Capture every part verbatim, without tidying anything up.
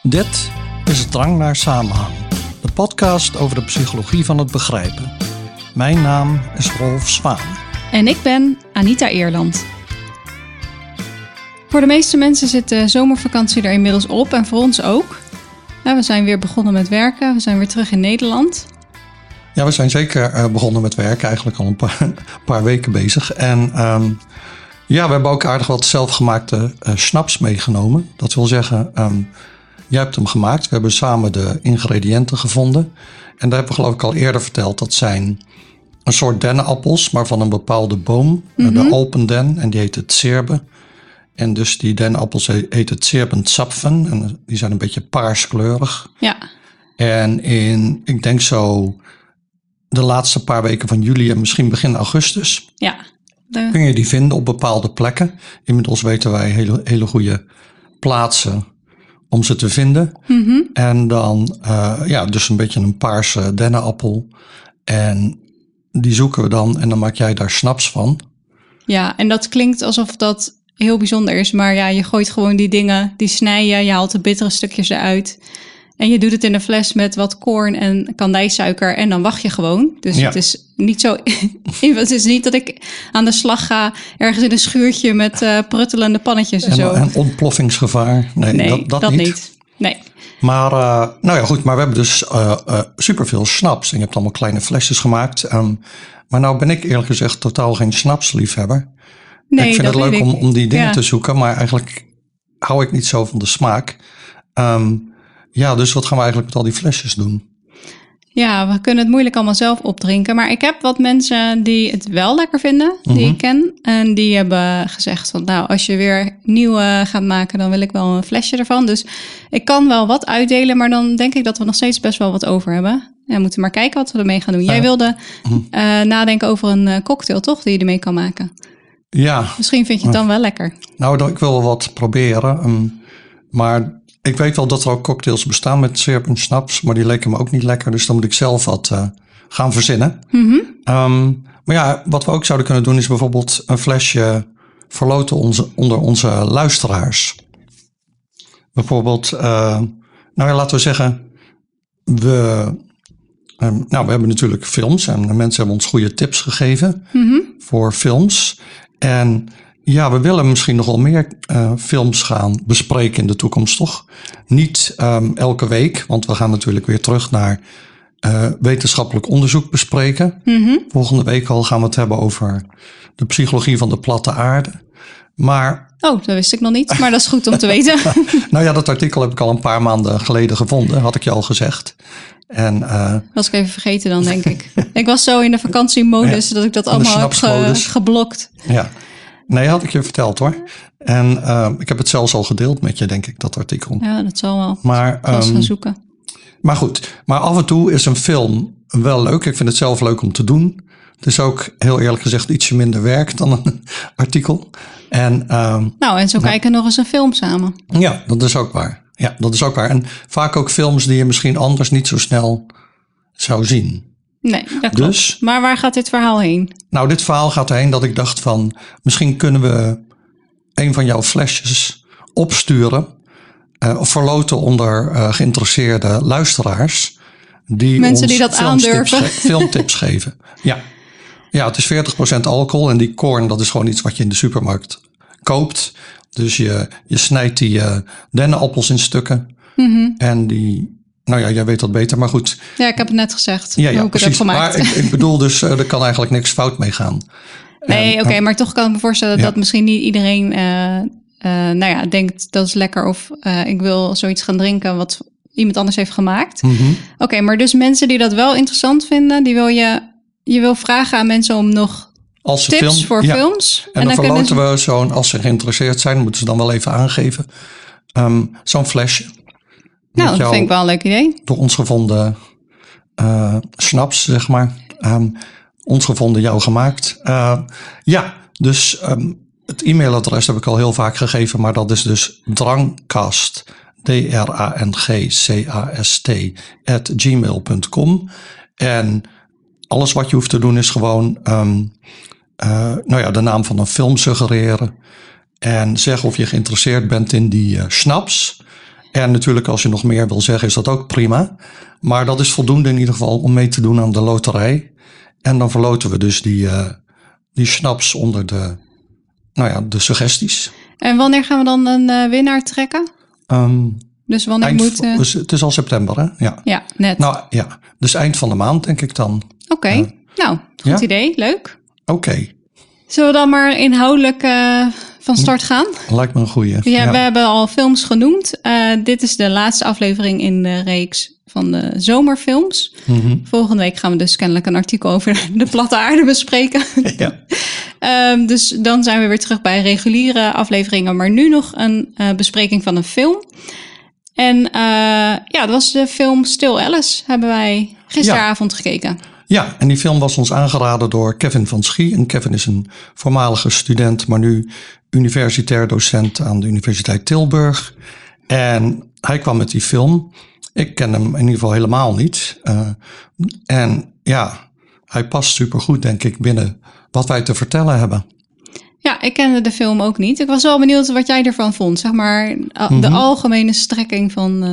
Dit is Drang naar Samenhang, de podcast over de psychologie van het begrijpen. Mijn naam is Rolf Zwaan. En ik ben Anita Eerland. Voor de meeste mensen zit de zomervakantie er inmiddels op en voor ons ook. Ja, we zijn weer begonnen met werken, we zijn weer terug in Nederland. Ja, we zijn zeker uh, begonnen met werken, eigenlijk al een paar, paar weken bezig. En um, ja, we hebben ook aardig wat zelfgemaakte uh, snaps meegenomen. Dat wil zeggen, um, jij hebt hem gemaakt. We hebben samen de ingrediënten gevonden. En daar hebben we geloof ik al eerder verteld. Dat zijn een soort dennenappels, maar van een bepaalde boom. Mm-hmm. De Alpenden, en die heet het Zerbe. En dus die dennenappels heet het Zerbenzapfen. En die zijn een beetje paarskleurig. Ja. En in, ik denk zo, de laatste paar weken van juli en misschien begin augustus. Ja. De... kun je die vinden op bepaalde plekken. Inmiddels weten wij hele, hele goede plaatsen om ze te vinden. Mm-hmm. En dan, uh, ja, dus een beetje een paarse dennenappel. En die zoeken we dan en dan maak jij daar snaps van. Ja, en dat klinkt alsof dat heel bijzonder is. Maar ja, je gooit gewoon die dingen, die snij je. Je haalt de bittere stukjes eruit. En je doet het in een fles met wat koorn en kandijsuiker. En dan wacht je gewoon. Dus ja. Het is niet zo. Het is niet dat ik aan de slag ga ergens in een schuurtje met uh, pruttelende pannetjes en, en zo. En ontploffingsgevaar. Nee, nee dat, dat, dat niet. niet. Nee. Maar, uh, nou ja, goed. Maar we hebben dus uh, uh, superveel snaps. En je hebt allemaal kleine flesjes gemaakt. Um, maar nou ben ik eerlijk gezegd totaal geen snapsliefhebber. Nee, ik vind dat het leuk ik. om, om die dingen ja. te zoeken. Maar eigenlijk hou ik niet zo van de smaak. Um, Ja, dus wat gaan we eigenlijk met al die flesjes doen? Ja, we kunnen het moeilijk allemaal zelf opdrinken. Maar ik heb wat mensen die het wel lekker vinden, die mm-hmm. ik ken. En die hebben gezegd van, nou, als je weer nieuwe gaat maken, dan wil ik wel een flesje ervan. Dus ik kan wel wat uitdelen, maar dan denk ik dat we nog steeds best wel wat over hebben. En we moeten maar kijken wat we ermee gaan doen. Jij wilde mm-hmm. uh, nadenken over een uh, cocktail, toch? Die je ermee kan maken. Ja. Misschien vind je het dan wel lekker. Nou, ik wil wel wat proberen. Um, maar... Ik weet wel dat er ook cocktails bestaan met zeep en snaps, maar die leken me ook niet lekker. Dus dan moet ik zelf wat uh, gaan verzinnen. Mm-hmm. Um, maar ja, wat we ook zouden kunnen doen is bijvoorbeeld een flesje verloten onze, onder onze luisteraars. Bijvoorbeeld, uh, nou ja, laten we zeggen, we, um, nou, we hebben natuurlijk films en mensen hebben ons goede tips gegeven mm-hmm. voor films. En ja, we willen misschien nog wel meer uh, films gaan bespreken in de toekomst, toch? Niet um, elke week, want we gaan natuurlijk weer terug naar uh, wetenschappelijk onderzoek bespreken. Mm-hmm. Volgende week al gaan we het hebben over de psychologie van de platte aarde. Maar... Oh, dat wist ik nog niet, maar dat is goed om te weten. Nou ja, dat artikel heb ik al een paar maanden geleden gevonden, had ik je al gezegd. En, uh, was ik even vergeten dan, denk ik. Ik was zo in de vakantiemodus ja, dat ik dat allemaal heb ge- geblokt. Ja. Nee, had ik je verteld hoor. En uh, ik heb het zelfs al gedeeld met je, denk ik, dat artikel. Ja, dat zal wel. Maar, ik zal eens gaan zoeken. Maar goed, maar af en toe is een film wel leuk. Ik vind het zelf leuk om te doen. Het is ook heel eerlijk gezegd ietsje minder werk dan een artikel. En, um, nou, en zo nou, kijken we nog eens een film samen. Ja, dat is ook waar. Ja, dat is ook waar. En vaak ook films die je misschien anders niet zo snel zou zien. Nee, dat klopt. Dus, maar waar gaat dit verhaal heen? Nou, dit verhaal gaat erheen dat ik dacht van... misschien kunnen we een van jouw flesjes opsturen... Uh, of verloten onder uh, geïnteresseerde luisteraars... die mensen ons die dat filmtips aandurven. Ge- filmtips geven. Ja. ja, het is veertig procent alcohol en die koorn... dat is gewoon iets wat je in de supermarkt koopt. Dus je, je snijdt die uh, dennenappels in stukken... Mm-hmm. en die... Nou ja, jij weet dat beter, maar goed. Ja, ik heb het net gezegd. Ja, ja hoe ik precies. het heb gemaakt. Maar ik, ik bedoel dus, uh, er kan eigenlijk niks fout mee gaan. Nee, oké, okay, maar toch kan ik me voorstellen ja. dat misschien niet iedereen uh, uh, nou ja, denkt dat is lekker of uh, ik wil zoiets gaan drinken wat iemand anders heeft gemaakt. Mm-hmm. Oké, okay, maar dus mensen die dat wel interessant vinden, die wil je, je wil vragen aan mensen om nog als ze tips film, voor ja. films. En, en dan, dan verloten ze... we zo'n, als ze geïnteresseerd zijn, moeten ze dan wel even aangeven, um, zo'n flesje. Nou, dat vind ik wel een leuk idee. Door ons gevonden uh, snaps, zeg maar. Um, ons gevonden, jou gemaakt. Uh, ja, dus um, het e-mailadres heb ik al heel vaak gegeven, maar dat is dus drangcast, D R A N G C A S T, at gmail punt com. En alles wat je hoeft te doen is gewoon um, uh, nou ja, de naam van een film suggereren. En zeg of je geïnteresseerd bent in die uh, snaps. En natuurlijk als je nog meer wil zeggen is dat ook prima. Maar dat is voldoende in ieder geval om mee te doen aan de loterij. En dan verloten we dus die, uh, die schnaps onder de, nou ja, de suggesties. En wanneer gaan we dan een uh, winnaar trekken? Um, dus wanneer eind, moet... Uh... Het is al september, hè? Ja, ja net. Nou ja, dus eind van de maand denk ik dan. Oké, okay. uh, nou, goed ja? idee. Leuk. Oké. Okay. Zullen we dan maar inhoudelijk uh, van start gaan? Lijkt me een goeie. Ja, ja. We hebben al films genoemd. Uh, dit is de laatste aflevering in de reeks van de zomerfilms. Mm-hmm. Volgende week gaan we dus kennelijk een artikel over de platte aarde bespreken. Ja. um, dus dan zijn we weer terug bij reguliere afleveringen. Maar nu nog een uh, bespreking van een film. En uh, ja, dat was de film Still Alice. Hebben wij gisteravond ja. gekeken. Ja, en die film was ons aangeraden door Kevin van Schie. En Kevin is een voormalige student, maar nu universitair docent aan de Universiteit Tilburg. En hij kwam met die film. Ik ken hem in ieder geval helemaal niet. Uh, en ja, hij past supergoed, denk ik, binnen wat wij te vertellen hebben. Ja, ik kende de film ook niet. Ik was wel benieuwd wat jij ervan vond. Zeg maar, de mm-hmm. algemene strekking van, uh,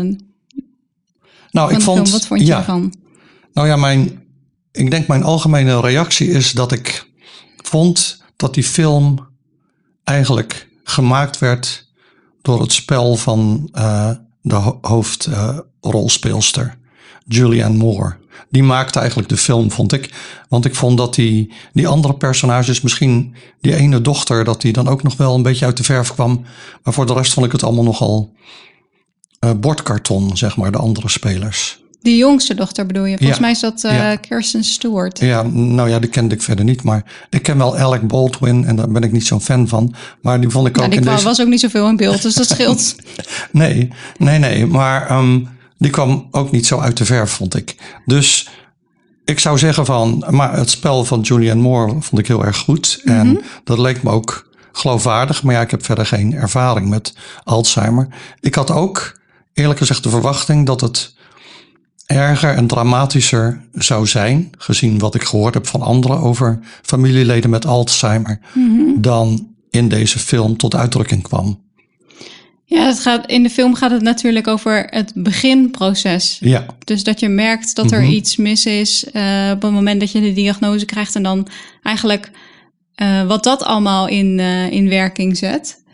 nou, van ik de vond, film. Wat vond je ja, ervan? Nou ja, mijn... Ik denk mijn algemene reactie is dat ik vond dat die film eigenlijk gemaakt werd door het spel van uh, de ho- hoofdrolspeelster, uh, Julianne Moore. Die maakte eigenlijk de film, vond ik. Want ik vond dat die, die andere personages, misschien die ene dochter, dat die dan ook nog wel een beetje uit de verf kwam. Maar voor de rest vond ik het allemaal nogal uh, bordkarton, zeg maar, de andere spelers. Die jongste dochter bedoel je? Volgens ja, mij is dat uh, ja. Kirsten Stewart. Ja, nou ja, die kende ik verder niet. Maar ik ken wel Alec Baldwin en daar ben ik niet zo'n fan van. Maar die vond ik ook ja, die in kwam, deze... was ook niet zoveel in beeld, dus dat scheelt. nee, nee, nee. Maar um, die kwam ook niet zo uit de verf, vond ik. Dus ik zou zeggen van... Maar het spel van Julianne Moore vond ik heel erg goed. Mm-hmm. En dat leek me ook geloofwaardig. Maar ja, ik heb verder geen ervaring met Alzheimer. Ik had ook, eerlijk gezegd, de verwachting dat het... erger en dramatischer zou zijn, gezien wat ik gehoord heb van anderen over familieleden met Alzheimer, mm-hmm. dan in deze film tot uitdrukking kwam. Ja, het gaat, in de film gaat het natuurlijk over het beginproces. Ja. Dus dat je merkt dat er mm-hmm. iets mis is uh, op het moment dat je de diagnose krijgt en dan eigenlijk uh, wat dat allemaal in, uh, in werking zet.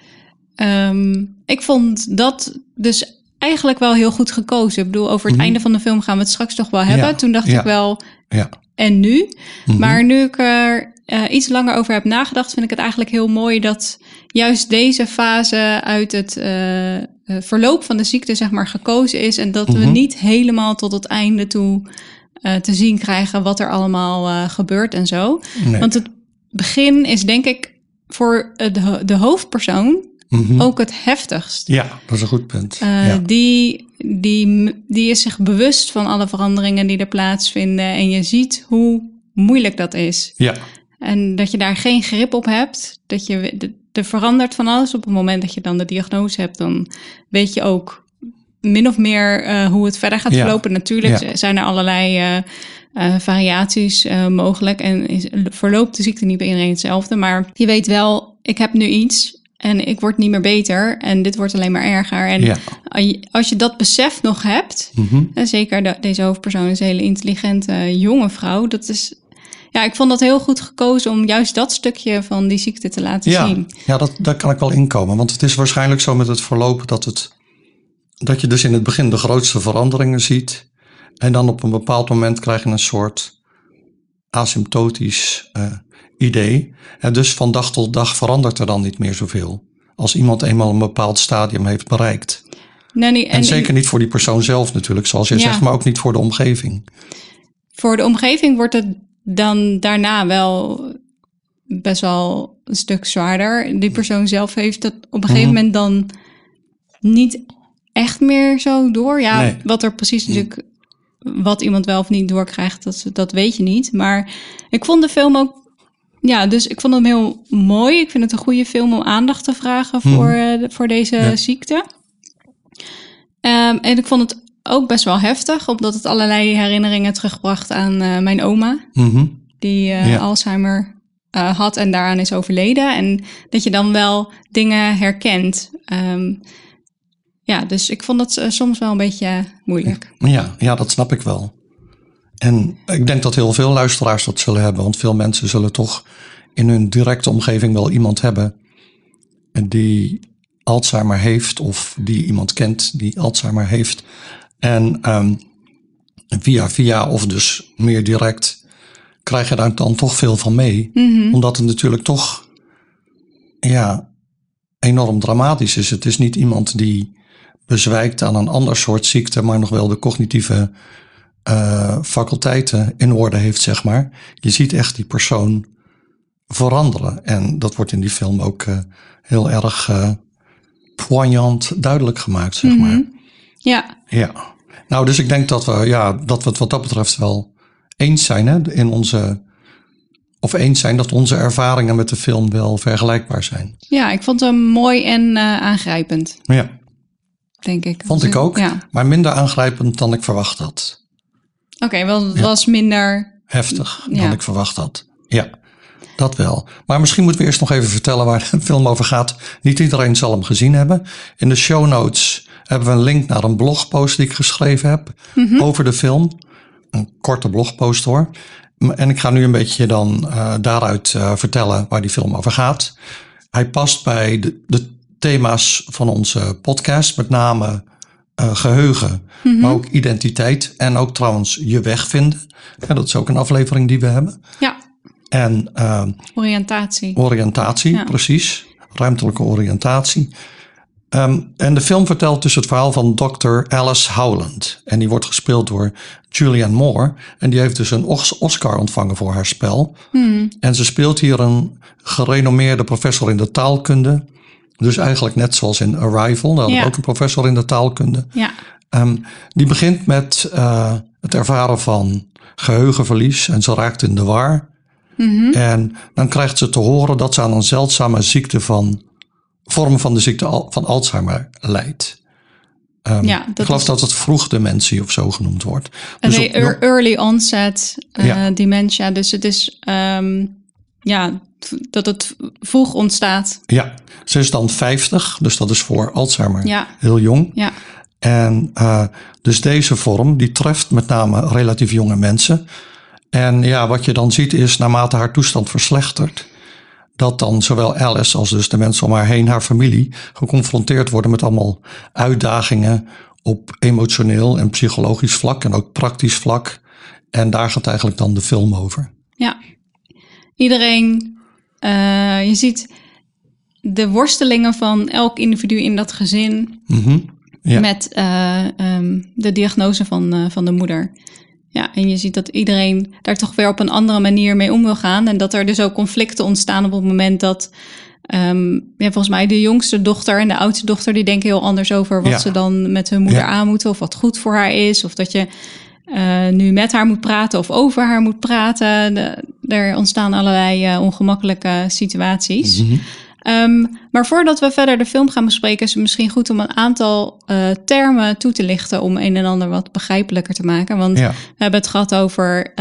Um, ik vond dat dus eigenlijk wel heel goed gekozen. Ik bedoel, over het mm-hmm. einde van de film gaan we het straks toch wel hebben. Ja, Toen dacht ja, ik wel, ja. en nu? Mm-hmm. Maar nu ik er uh, iets langer over heb nagedacht, vind ik het eigenlijk heel mooi dat juist deze fase uit het uh, uh, verloop van de ziekte, zeg maar, gekozen is. En dat mm-hmm. we niet helemaal tot het einde toe uh, te zien krijgen wat er allemaal uh, gebeurt en zo. Nee. Want het begin is denk ik voor de, de hoofdpersoon Mm-hmm. ook het heftigst. Ja, dat is een goed punt. Uh, ja. die, die, die is zich bewust van alle veranderingen die er plaatsvinden. En je ziet hoe moeilijk dat is. Ja. En dat je daar geen grip op hebt. Dat je, er verandert van alles. Op het moment dat je dan de diagnose hebt, dan weet je ook min of meer uh, hoe het verder gaat ja. verlopen. Natuurlijk ja. zijn er allerlei uh, uh, variaties uh, mogelijk. En is, verloopt de ziekte niet bij iedereen hetzelfde. Maar je weet wel, ik heb nu iets... En ik word niet meer beter en dit wordt alleen maar erger. En ja. als je dat besef nog hebt, mm-hmm. en zeker de, deze hoofdpersoon is een hele intelligente jonge vrouw. Dat is, ja, ik vond dat heel goed gekozen om juist dat stukje van die ziekte te laten ja. zien. Ja, dat, daar kan ik wel inkomen. Want het is waarschijnlijk zo met het verloop dat, het, dat je dus in het begin de grootste veranderingen ziet. En dan op een bepaald moment krijg je een soort asymptotisch... Uh, idee. En dus van dag tot dag verandert er dan niet meer zoveel. Als iemand eenmaal een bepaald stadium heeft bereikt. Nee, nee, en, en zeker niet voor die persoon zelf natuurlijk, zoals je ja. zegt, maar ook niet voor de omgeving. Voor de omgeving wordt het dan daarna wel best wel een stuk zwaarder. Die persoon zelf heeft het op een gegeven mm-hmm. moment dan niet echt meer zo door. Ja, nee. Wat er precies natuurlijk... wat iemand wel of niet doorkrijgt, dat, dat weet je niet. Maar ik vond de film ook... Ja, dus ik vond hem heel mooi. Ik vind het een goede film om aandacht te vragen voor, hmm. uh, voor deze ja. ziekte. Um, en ik vond het ook best wel heftig, omdat het allerlei herinneringen terugbracht aan uh, mijn oma. Mm-hmm. Die uh, ja. Alzheimer uh, had en daaraan is overleden. En dat je dan wel dingen herkent. Um, ja, dus ik vond het uh, soms wel een beetje moeilijk. Ja, ja, dat snap ik wel. En ik denk dat heel veel luisteraars dat zullen hebben. Want veel mensen zullen toch in hun directe omgeving wel iemand hebben die Alzheimer heeft. Of die iemand kent die Alzheimer heeft. En um, via via of dus meer direct krijg je daar dan toch veel van mee. Mm-hmm. Omdat het natuurlijk toch ja, enorm dramatisch is. Het is niet iemand die bezwijkt aan een ander soort ziekte, maar nog wel de cognitieve uh, faculteiten in orde heeft, zeg maar. Je ziet echt die persoon veranderen. En dat wordt in die film ook uh, heel erg uh, poignant duidelijk gemaakt, zeg mm-hmm. maar. Ja. Ja. Nou, dus ik denk dat we, ja, dat we het wat dat betreft wel eens zijn, hè, in onze, of eens zijn dat onze ervaringen met de film wel vergelijkbaar zijn. Ja, ik vond hem mooi en uh, aangrijpend. Ja. Denk ik. Vond ik ook, ja. Maar minder aangrijpend dan ik verwacht had. Oké, okay, wel het ja. was minder heftig ja. dan ik verwacht had. Ja, dat wel. Maar misschien moeten we eerst nog even vertellen waar de film over gaat. Niet iedereen zal hem gezien hebben. In de show notes hebben we een link naar een blogpost die ik geschreven heb mm-hmm. over de film. Een korte blogpost hoor. En ik ga nu een beetje dan uh, daaruit uh, vertellen waar die film over gaat. Hij past bij de, de thema's van onze podcast, met name uh, geheugen, mm-hmm. maar ook identiteit en ook trouwens je weg vinden. Ja, dat is ook een aflevering die we hebben. Ja. En uh, oriëntatie. Oriëntatie, ja. Precies. Ruimtelijke oriëntatie. Um, en de film vertelt dus het verhaal van dokter Alice Howland. En die wordt gespeeld door Julianne Moore. En die heeft dus een Oscar ontvangen voor haar spel. Hmm. En ze speelt hier een gerenommeerde professor in de taalkunde. Dus eigenlijk net zoals in Arrival. Daar hadden we ook een professor in de taalkunde. Ja. Um, die begint met uh, het ervaren van geheugenverlies. En ze raakt in de war. Mm-hmm. En dan krijgt ze te horen dat ze aan een zeldzame ziekte van... vorm van de ziekte van Alzheimer lijdt. Um, ja, ik geloof is... dat het vroegdementie of zo genoemd wordt. Dus nee, op... early onset uh, ja. dementia. Dus het is um, ja, dat het vroeg ontstaat. Ja, ze is dan vijftig, dus dat is voor Alzheimer ja. heel jong. Ja. En uh, dus deze vorm, die treft met name relatief jonge mensen. En ja, wat je dan ziet is, naarmate haar toestand verslechtert, dat dan zowel Alice als dus de mensen om haar heen, haar familie, geconfronteerd worden met allemaal uitdagingen op emotioneel en psychologisch vlak en ook praktisch vlak. En daar gaat eigenlijk dan de film over. Ja, iedereen, uh, je ziet de worstelingen van elk individu in dat gezin mm-hmm. ja. met uh, um, de diagnose van, uh, van de moeder. Ja, en je ziet dat iedereen daar toch weer op een andere manier mee om wil gaan. En dat er dus ook conflicten ontstaan op het moment dat... Um, ja, volgens mij de jongste dochter en de oudste dochter... die denken heel anders over wat ja. ze dan met hun moeder ja. aan moeten... of wat goed voor haar is. Of dat je uh, nu met haar moet praten of over haar moet praten. De, er ontstaan allerlei uh, ongemakkelijke situaties. Mm-hmm. Um, maar voordat we verder de film gaan bespreken... is het misschien goed om een aantal uh, termen toe te lichten... om een en ander wat begrijpelijker te maken. Want ja. we hebben het gehad over uh,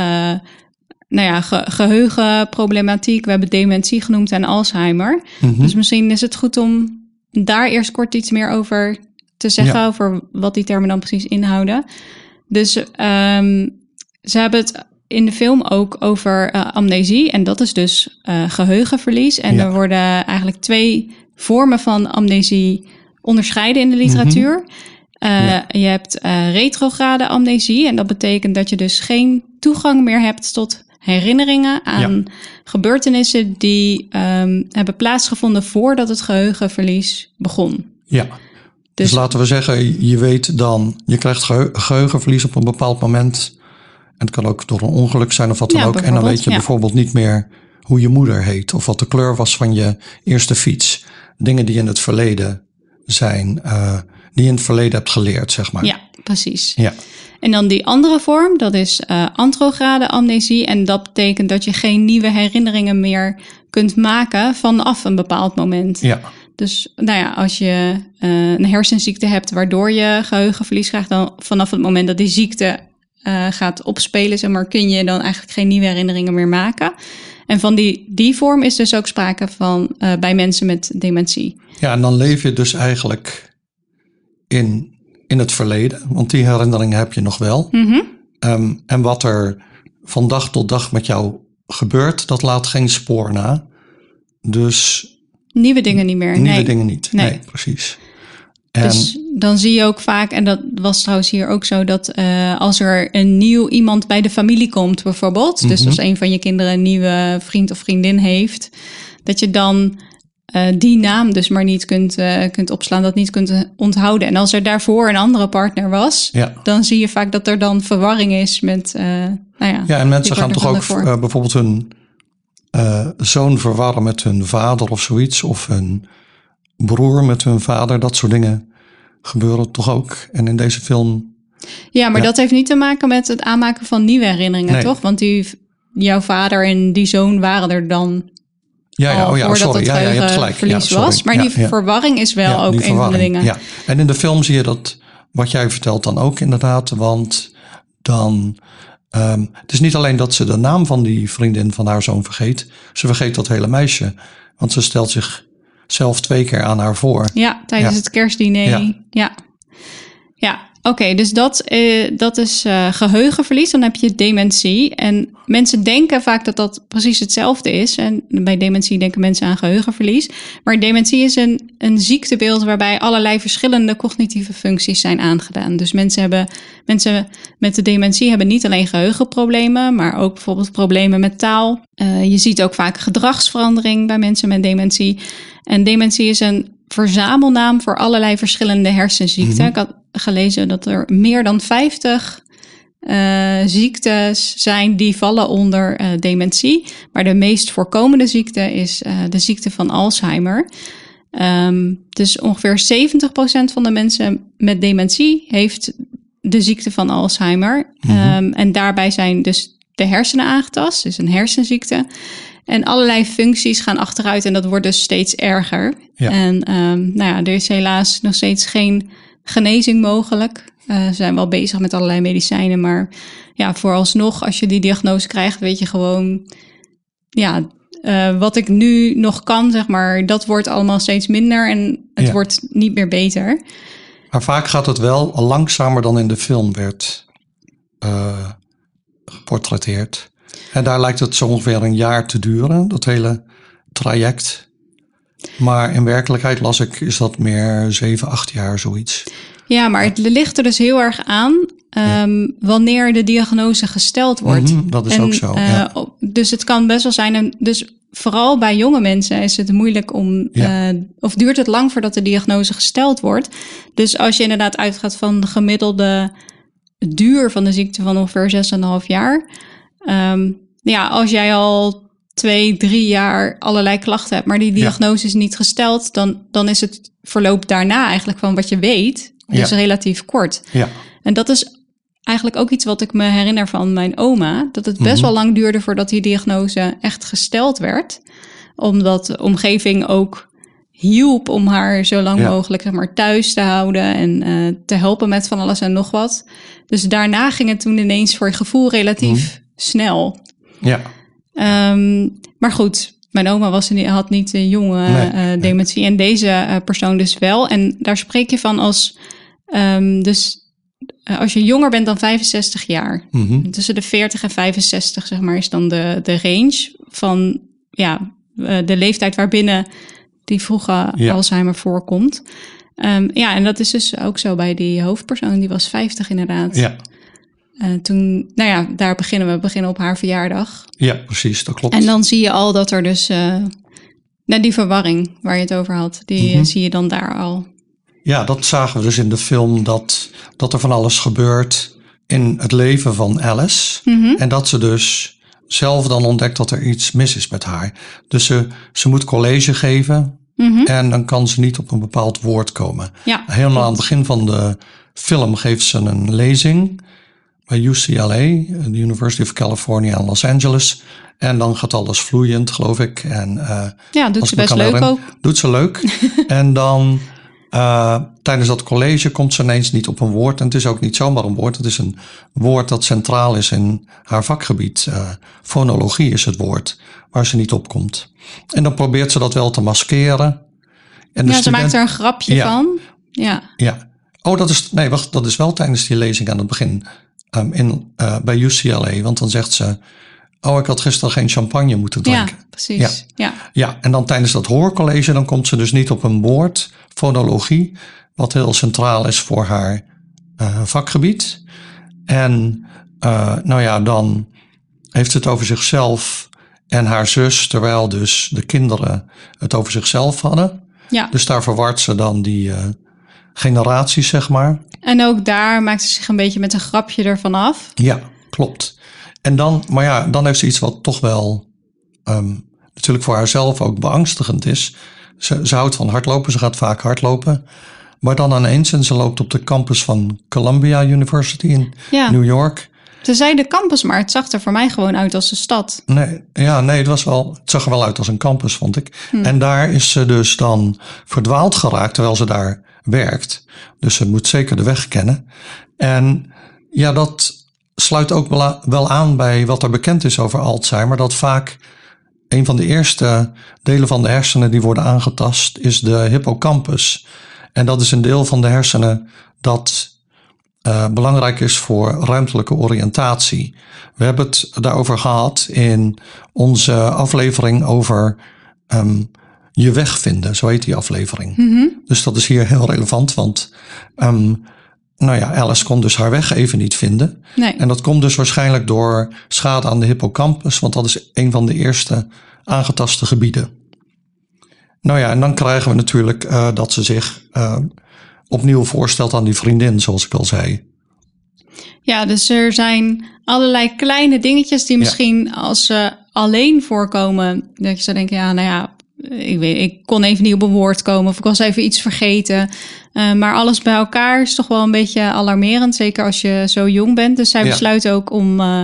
nou ja, ge- geheugenproblematiek. We hebben dementie genoemd en Alzheimer. Mm-hmm. Dus misschien is het goed om daar eerst kort iets meer over te zeggen... Ja. over wat die termen dan precies inhouden. Dus um, ze hebben het... in de film ook over uh, amnesie. En dat is dus uh, geheugenverlies. En ja. er worden eigenlijk twee vormen van amnesie onderscheiden in de literatuur. Mm-hmm. Uh, ja. Je hebt uh, retrograde amnesie. En dat betekent dat je dus geen toegang meer hebt tot herinneringen aan ja. gebeurtenissen die um, hebben plaatsgevonden voordat het geheugenverlies begon. Ja. Dus, dus laten we zeggen, je weet dan, je krijgt gehe- geheugenverlies op een bepaald moment. En het kan ook door een ongeluk zijn of wat dan ja, ook. En dan weet je ja. bijvoorbeeld niet meer hoe je moeder heet. Of wat de kleur was van je eerste fiets. Dingen die in het verleden zijn. Uh, die je in het verleden hebt geleerd, zeg maar. Ja, precies. Ja. En dan die andere vorm, dat is uh, antrograde amnesie. En dat betekent dat je geen nieuwe herinneringen meer kunt maken vanaf een bepaald moment. Ja. Dus nou ja, als je uh, een hersenziekte hebt waardoor je geheugenverlies krijgt... dan vanaf het moment dat die ziekte... Uh, gaat opspelen, zeg maar, kun je dan eigenlijk geen nieuwe herinneringen meer maken. En van die, die vorm is dus ook sprake van uh, bij mensen met dementie. Ja, en dan leef je dus eigenlijk in, in het verleden. Want die herinneringen heb je nog wel. Mm-hmm. Um, en wat er van dag tot dag met jou gebeurt, dat laat geen spoor na. Dus... Nieuwe dingen niet meer. Nieuwe nee. dingen niet. Nee, nee precies. En, dus dan zie je ook vaak, en dat was trouwens hier ook zo, dat uh, als er een nieuw iemand bij de familie komt bijvoorbeeld, mm-hmm. dus als een van je kinderen een nieuwe vriend of vriendin heeft, dat je dan uh, die naam dus maar niet kunt, uh, kunt opslaan, dat niet kunt onthouden. En als er daarvoor een andere partner was, ja. dan zie je vaak dat er dan verwarring is met, uh, nou ja. Ja, en mensen gaan toch ook uh, bijvoorbeeld hun uh, zoon verwarren met hun vader of zoiets, of hun broer met hun vader, dat soort dingen gebeuren toch ook. En in deze film... Ja, maar ja. dat heeft niet te maken met het aanmaken van nieuwe herinneringen, nee. toch? Want die, jouw vader en die zoon waren er dan ja, ja, al oh ja, voordat sorry. het ja, ja, je hebt gelijk. verlies ja, was. Maar ja, die ja. verwarring is wel ja, ook een van de dingen. Ja. En in de film zie je dat, wat jij vertelt dan ook inderdaad, want dan... Um, het is niet alleen dat ze de naam van die vriendin van haar zoon vergeet. Ze vergeet dat hele meisje. Want ze stelt zich zelf twee keer aan haar voor. Ja, tijdens ja. het kerstdiner. Ja, ja. ja. Oké, okay, dus dat, uh, dat is uh, geheugenverlies. Dan heb je dementie. En mensen denken vaak dat dat precies hetzelfde is. En bij dementie denken mensen aan geheugenverlies. Maar dementie is een, een ziektebeeld waarbij allerlei verschillende cognitieve functies zijn aangedaan. Dus mensen, hebben, mensen met de dementie hebben niet alleen geheugenproblemen, maar ook bijvoorbeeld problemen met taal. Uh, je ziet ook vaak gedragsverandering bij mensen met dementie. En dementie is een verzamelnaam voor allerlei verschillende hersenziekten. Mm-hmm. Ik had gelezen dat er meer dan vijftig uh, ziektes zijn die vallen onder uh, dementie. Maar de meest voorkomende ziekte is uh, de ziekte van Alzheimer. Um, dus ongeveer zeventig procent van de mensen met dementie heeft de ziekte van Alzheimer. Mm-hmm. Um, en daarbij zijn dus de hersenen aangetast, dus een hersenziekte. En allerlei functies gaan achteruit en dat wordt dus steeds erger. Ja. En um, nou ja, er is helaas nog steeds geen genezing mogelijk. Uh, ze zijn wel bezig met allerlei medicijnen, maar ja, vooralsnog als je die diagnose krijgt, weet je gewoon, ja, uh, wat ik nu nog kan, zeg maar, dat wordt allemaal steeds minder en het ja. wordt niet meer beter. Maar vaak gaat het wel langzamer dan in de film werd uh, geportretteerd. En daar lijkt het zo ongeveer een jaar te duren, dat hele traject. Maar in werkelijkheid las ik, is dat meer zeven, acht jaar zoiets. Ja, maar het ligt er dus heel erg aan um, ja. wanneer de diagnose gesteld wordt. Mm-hmm, dat is en, ook zo. Uh, ja. Dus het kan best wel zijn, en dus vooral bij jonge mensen is het moeilijk om, ja. uh, of duurt het lang voordat de diagnose gesteld wordt. Dus als je inderdaad uitgaat van de gemiddelde duur van de ziekte van ongeveer zes en een half jaar. Um, ja, als jij al twee, drie jaar allerlei klachten hebt, maar die diagnose ja. is niet gesteld, dan, dan is het verloop daarna eigenlijk van wat je weet, dus ja. relatief kort. Ja. En dat is eigenlijk ook iets wat ik me herinner van mijn oma, dat het best mm-hmm. wel lang duurde voordat die diagnose echt gesteld werd, omdat de omgeving ook hielp om haar zo lang ja. mogelijk, zeg maar, thuis te houden en uh, te helpen met van alles en nog wat. Dus daarna ging het toen ineens voor je gevoel relatief mm. snel. Ja. Um, maar goed, mijn oma was, had niet de jonge nee, uh, dementie nee. en deze uh, persoon dus wel. En daar spreek je van als, um, dus uh, als je jonger bent dan vijfenzestig jaar. Mm-hmm. Tussen de veertig en vijfenzestig, zeg maar, is dan de, de range van ja, uh, de leeftijd waarbinnen die vroege ja. Alzheimer voorkomt. Um, ja, en dat is dus ook zo bij die hoofdpersoon. Die was vijftig inderdaad. Ja. Uh, toen, nou ja, daar beginnen we. beginnen op haar verjaardag. Ja, precies, dat klopt. En dan zie je al dat er dus, uh, nou, die verwarring waar je het over had, die mm-hmm. zie je dan daar al. Ja, dat zagen we dus in de film, dat, dat er van alles gebeurt in het leven van Alice. Mm-hmm. En dat ze dus zelf dan ontdekt dat er iets mis is met haar. Dus ze, ze moet college geven mm-hmm. en dan kan ze niet op een bepaald woord komen. Ja, helemaal klopt. Aan het begin van de film geeft ze een lezing bij U C L A, de University of California in Los Angeles. En dan gaat alles vloeiend, geloof ik. En, uh, ja, doet ze best leuk erin, ook. Doet ze leuk. En dan uh, tijdens dat college komt ze ineens niet op een woord. En het is ook niet zomaar een woord. Het is een woord dat centraal is in haar vakgebied. Uh, fonologie is het woord waar ze niet op komt. En dan probeert ze dat wel te maskeren. En ja, ze student... maakt er een grapje ja. van. Ja. Ja. Oh, dat is, nee, wacht, dat is wel tijdens die lezing aan het begin um, in, uh, bij U C L A. Want dan zegt ze, oh, ik had gisteren geen champagne moeten drinken. Ja, precies. Ja, ja. ja en dan tijdens dat hoorcollege, dan komt ze dus niet op een woord, fonologie, wat heel centraal is voor haar uh, vakgebied. En uh, nou ja, dan heeft ze het over zichzelf en haar zus, terwijl dus de kinderen het over zichzelf hadden. Ja. Dus daar verwart ze dan die uh, generaties, zeg maar. En ook daar maakt ze zich een beetje met een grapje ervan af. Ja, klopt. En dan, maar ja, dan heeft ze iets wat toch wel um, natuurlijk voor haarzelf ook beangstigend is. Ze, ze houdt van hardlopen, ze gaat vaak hardlopen. Maar dan ineens, en ze loopt op de campus van Columbia University in ja. New York. Ze zei de campus, maar het zag er voor mij gewoon uit als een stad. Nee, ja, nee, het was wel, het zag er wel uit als een campus, vond ik. Hm. En daar is ze dus dan verdwaald geraakt, terwijl ze daar werkt. Dus ze moet zeker de weg kennen. En ja, dat sluit ook wel aan bij wat er bekend is over Alzheimer. Dat vaak een van de eerste delen van de hersenen die worden aangetast is de hippocampus. En dat is een deel van de hersenen dat uh, belangrijk is voor ruimtelijke oriëntatie. We hebben het daarover gehad in onze aflevering over um, je weg vinden. Zo heet die aflevering. Mm-hmm. Dus dat is hier heel relevant, want um, nou ja, Alice kon dus haar weg even niet vinden. Nee. En dat komt dus waarschijnlijk door schade aan de hippocampus, want dat is een van de eerste aangetaste gebieden. Nou ja, en dan krijgen we natuurlijk uh, dat ze zich uh, opnieuw voorstelt aan die vriendin, zoals ik al zei. Ja, dus er zijn allerlei kleine dingetjes die misschien ja. als ze alleen voorkomen, dat je zou denken, ja, nou ja, ik weet, ik kon even niet op een woord komen of ik was even iets vergeten. Uh, maar alles bij elkaar is toch wel een beetje alarmerend, zeker als je zo jong bent. Dus zij ja. besluit ook om uh,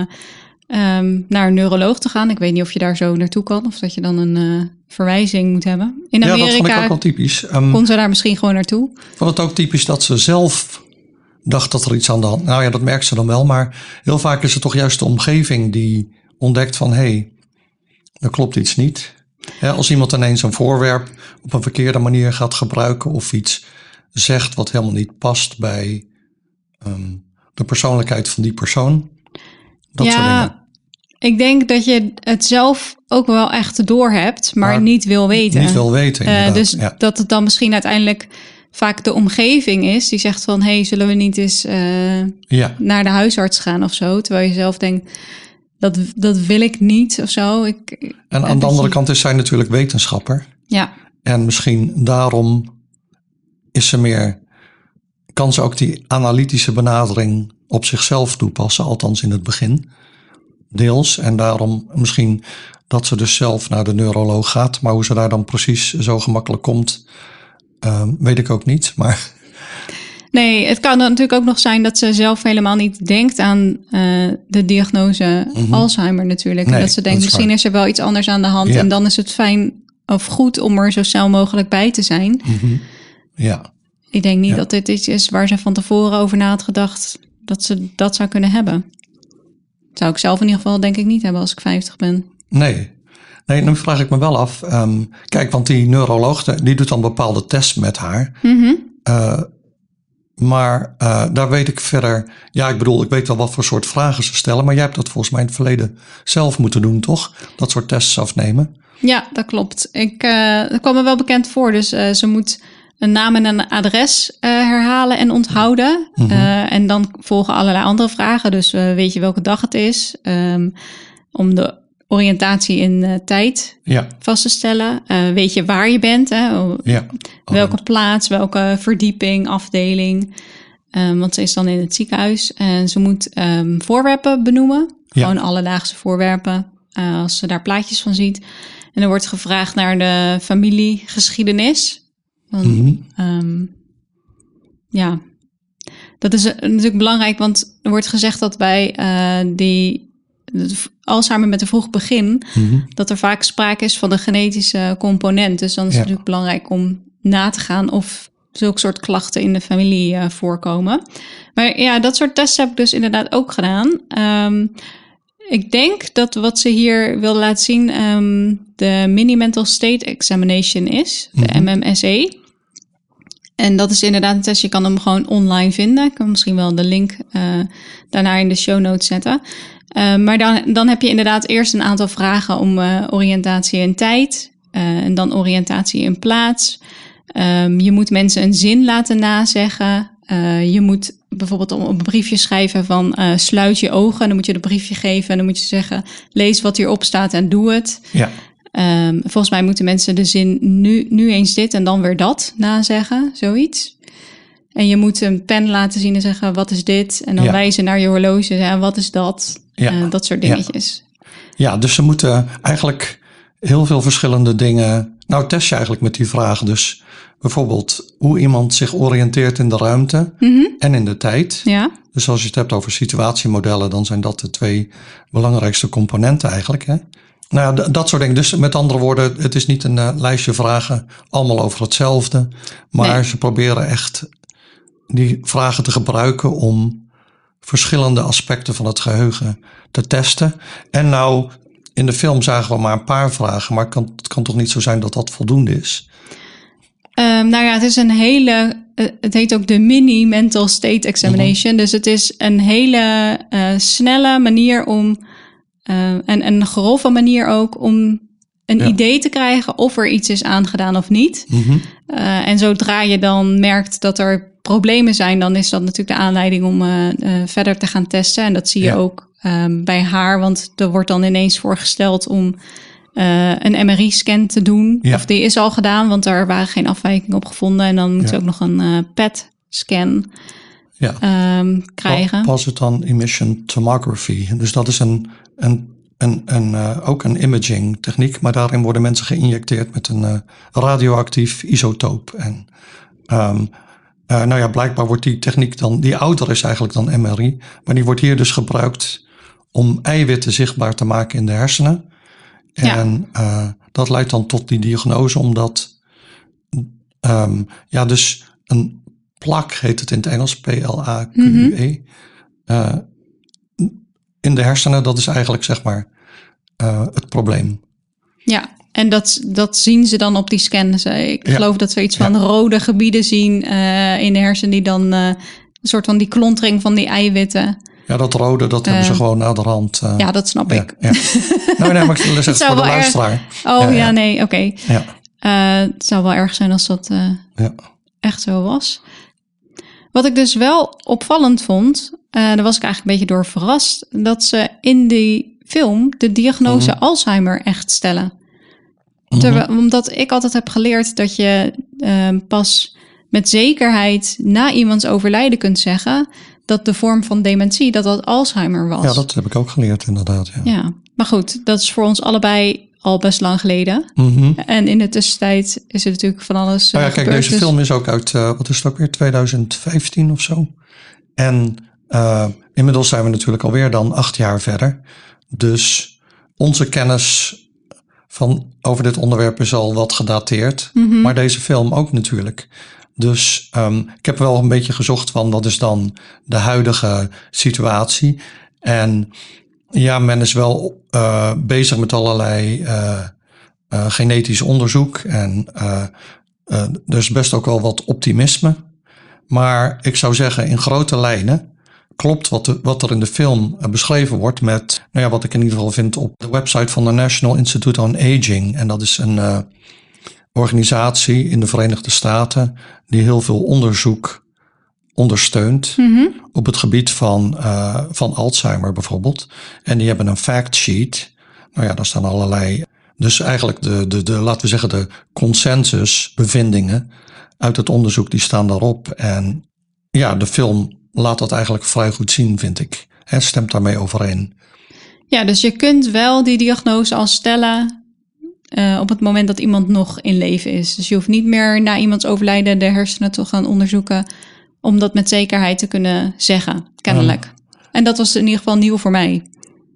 um, naar een neuroloog te gaan. Ik weet niet of je daar zo naartoe kan of dat je dan een uh, verwijzing moet hebben. In Amerika ja, dat vond ik ook wel typisch. Um, kon ze daar misschien gewoon naartoe. Ik vond het ook typisch dat ze zelf dacht dat er iets aan de hand. Nou ja, dat merkt ze dan wel. Maar heel vaak is het toch juist de omgeving die ontdekt van, hé, hey, er klopt iets niet. Ja, als iemand ineens een voorwerp op een verkeerde manier gaat gebruiken of iets zegt wat helemaal niet past bij um, de persoonlijkheid van die persoon. Dat ja, soort dingen. Ik denk dat je het zelf ook wel echt doorhebt, maar, maar niet wil weten. Niet wil weten, uh, Dus ja. dat het dan misschien uiteindelijk vaak de omgeving is die zegt van, hé, hey, zullen we niet eens uh, ja. naar de huisarts gaan of zo? Terwijl je zelf denkt, dat, dat wil ik niet of zo. Ik, en aan de andere je... kant is zij natuurlijk wetenschapper. Ja. En misschien daarom is ze meer, kan ze ook die analytische benadering op zichzelf toepassen, althans in het begin, deels. En daarom misschien dat ze dus zelf naar de neuroloog gaat, maar hoe ze daar dan precies zo gemakkelijk komt, uh, weet ik ook niet. Maar nee, het kan natuurlijk ook nog zijn dat ze zelf helemaal niet denkt aan uh, de diagnose mm-hmm. Alzheimer natuurlijk. Nee, en dat ze denkt, dat is misschien is er wel iets anders aan de hand. Ja. En dan is het fijn of goed om er zo snel mogelijk bij te zijn. Mm-hmm. Ja. Ik denk niet ja. dat dit iets is waar ze van tevoren over na had gedacht dat ze dat zou kunnen hebben. Dat zou ik zelf in ieder geval denk ik niet hebben als ik vijftig ben. Nee. Nee, nu vraag ik me wel af. Um, kijk, want die neuroloog, die doet dan bepaalde tests met haar. Mm-hmm. Uh, maar uh, daar weet ik verder. Ja, ik bedoel, ik weet wel wat voor soort vragen ze stellen. Maar jij hebt dat volgens mij in het verleden zelf moeten doen, toch? Dat soort tests afnemen. Ja, dat klopt. Ik, uh, dat kwam me wel bekend voor. Dus uh, ze moet een naam en een adres uh, herhalen en onthouden. Mm-hmm. Uh, en dan volgen allerlei andere vragen. Dus uh, weet je welke dag het is? Um, om de oriëntatie in uh, tijd ja. vast te stellen. Uh, weet je waar je bent? Hè? Ja. Welke oh. plaats, welke verdieping, afdeling. Um, want ze is dan in het ziekenhuis. En ze moet um, voorwerpen benoemen. Ja. Gewoon alledaagse voorwerpen. Uh, als ze daar plaatjes van ziet. En er wordt gevraagd naar de familiegeschiedenis. Want, mm-hmm. um, ja, dat is natuurlijk belangrijk. Want er wordt gezegd dat bij uh, die Alzheimer met een vroeg begin, mm-hmm. dat er vaak sprake is van de genetische component. Dus dan is ja. het natuurlijk belangrijk om na te gaan of zulke soort klachten in de familie uh, voorkomen. Maar ja, dat soort tests heb ik dus inderdaad ook gedaan. Um, ik denk dat wat ze hier wilde laten zien um, de Mini Mental State Examination is, de mm-hmm. M M S E. En dat is inderdaad een test. Je kan hem gewoon online vinden. Ik kan misschien wel de link uh, daarna in de show notes zetten. Uh, maar dan, dan heb je inderdaad eerst een aantal vragen om uh, oriëntatie in tijd. Uh, en dan oriëntatie in plaats. Um, je moet mensen een zin laten nazeggen. Uh, je moet bijvoorbeeld op een briefje schrijven van uh, sluit je ogen. Dan moet je het briefje geven en dan moet je zeggen lees wat hierop staat en doe het. Ja. Um, volgens mij moeten mensen de zin nu, nu eens dit en dan weer dat nazeggen, zoiets. En je moet een pen laten zien en zeggen wat is dit? En dan ja. wijzen naar je horloge en wat is dat? Ja. Uh, dat soort dingetjes. Ja. ja, dus ze moeten eigenlijk heel veel verschillende dingen. Nou, test je eigenlijk met die vraag. Dus bijvoorbeeld hoe iemand zich oriënteert in de ruimte mm-hmm. en in de tijd. Ja. Dus als je het hebt over situatiemodellen, dan zijn dat de twee belangrijkste componenten eigenlijk. Hè? Nou ja, d- dat soort dingen. Dus met andere woorden, het is niet een uh, lijstje vragen, allemaal over hetzelfde. Maar nee. ze proberen echt die vragen te gebruiken om verschillende aspecten van het geheugen te testen. En nou, in de film zagen we maar een paar vragen, maar het kan, het kan toch niet zo zijn dat dat voldoende is? Um, nou ja, het is een hele, uh, het heet ook de mini mental state examination. Mm-hmm. Dus het is een hele uh, snelle manier om, uh, en een grove manier ook, om een ja. idee te krijgen of er iets is aangedaan of niet. Mm-hmm. Uh, en zodra je dan merkt dat er problemen zijn, dan is dat natuurlijk de aanleiding om uh, uh, verder te gaan testen. En dat zie je ja. ook um, bij haar, want er wordt dan ineens voorgesteld om Uh, een M R I-scan te doen. Ja. Of die is al gedaan, want er waren geen afwijkingen op gevonden. En dan moet je ja. ook nog een uh, P E T-scan ja. um, krijgen. Positron emission tomography. Dus dat is een, een, een, een, uh, ook een imaging techniek. Maar daarin worden mensen geïnjecteerd met een uh, radioactief isotoop. En um, uh, nou ja, blijkbaar wordt die techniek dan, die ouder is eigenlijk dan M R I. Maar die wordt hier dus gebruikt om eiwitten zichtbaar te maken in de hersenen. En ja. uh, dat leidt dan tot die diagnose, omdat um, ja, dus een plak heet het in het Engels, P L A Q U E. Mm-hmm. Uh, in de hersenen, dat is eigenlijk zeg maar uh, het probleem. Ja, en dat, dat zien ze dan op die scan. Ik ja. geloof dat ze iets van ja. rode gebieden zien uh, in de hersenen die dan uh, een soort van die klontering van die eiwitten. Ja, dat rode, dat uh, hebben ze gewoon naderhand. Uh, ja, dat snap ja, ik. Ja. Nou, nee, maar ik zeg het voor de luisteraar. Erg... Oh ja, ja, ja. nee, oké. Okay. Ja. Uh, het zou wel erg zijn als dat uh, ja. echt zo was. Wat ik dus wel opvallend vond, uh, daar was ik eigenlijk een beetje door verrast, dat ze in die film de diagnose mm-hmm. Alzheimer echt stellen. Mm-hmm. Terwijl, omdat ik altijd heb geleerd dat je uh, pas met zekerheid na iemands overlijden kunt zeggen dat de vorm van dementie, dat dat Alzheimer was. Ja, dat heb ik ook geleerd inderdaad. Ja, ja, maar goed, dat is voor ons allebei al best lang geleden. Mm-hmm. En in de tussentijd is er natuurlijk van alles nou ja, kijk, gebeurd, deze dus... film is ook uit, uh, wat is het ook weer, twintig vijftien of zo. En uh, inmiddels zijn we natuurlijk alweer dan acht jaar verder. Dus onze kennis van over dit onderwerp is al wat gedateerd. Mm-hmm. Maar deze film ook natuurlijk. Dus um, ik heb wel een beetje gezocht van wat is dan de huidige situatie. En ja, men is wel uh, bezig met allerlei uh, uh, genetisch onderzoek. En uh, uh, er is best ook wel wat optimisme. Maar ik zou zeggen, in grote lijnen klopt wat, de, wat er in de film uh, beschreven wordt met, nou ja, wat ik in ieder geval vind op de website van de National Institute on Aging. En dat is een uh, organisatie in de Verenigde Staten die heel veel onderzoek ondersteunt mm-hmm. op het gebied van, uh, van Alzheimer bijvoorbeeld. En die hebben een fact sheet. Nou ja, daar staan allerlei, dus eigenlijk de, de, de laten we zeggen de consensusbevindingen uit het onderzoek, die staan daarop. En ja, de film laat dat eigenlijk vrij goed zien, vind ik. Het stemt daarmee overeen. Ja, dus je kunt wel die diagnose al stellen Uh, op het moment dat iemand nog in leven is. Dus je hoeft niet meer na iemands overlijden de hersenen te gaan onderzoeken om dat met zekerheid te kunnen zeggen, kennelijk. Um, en dat was in ieder geval nieuw voor mij.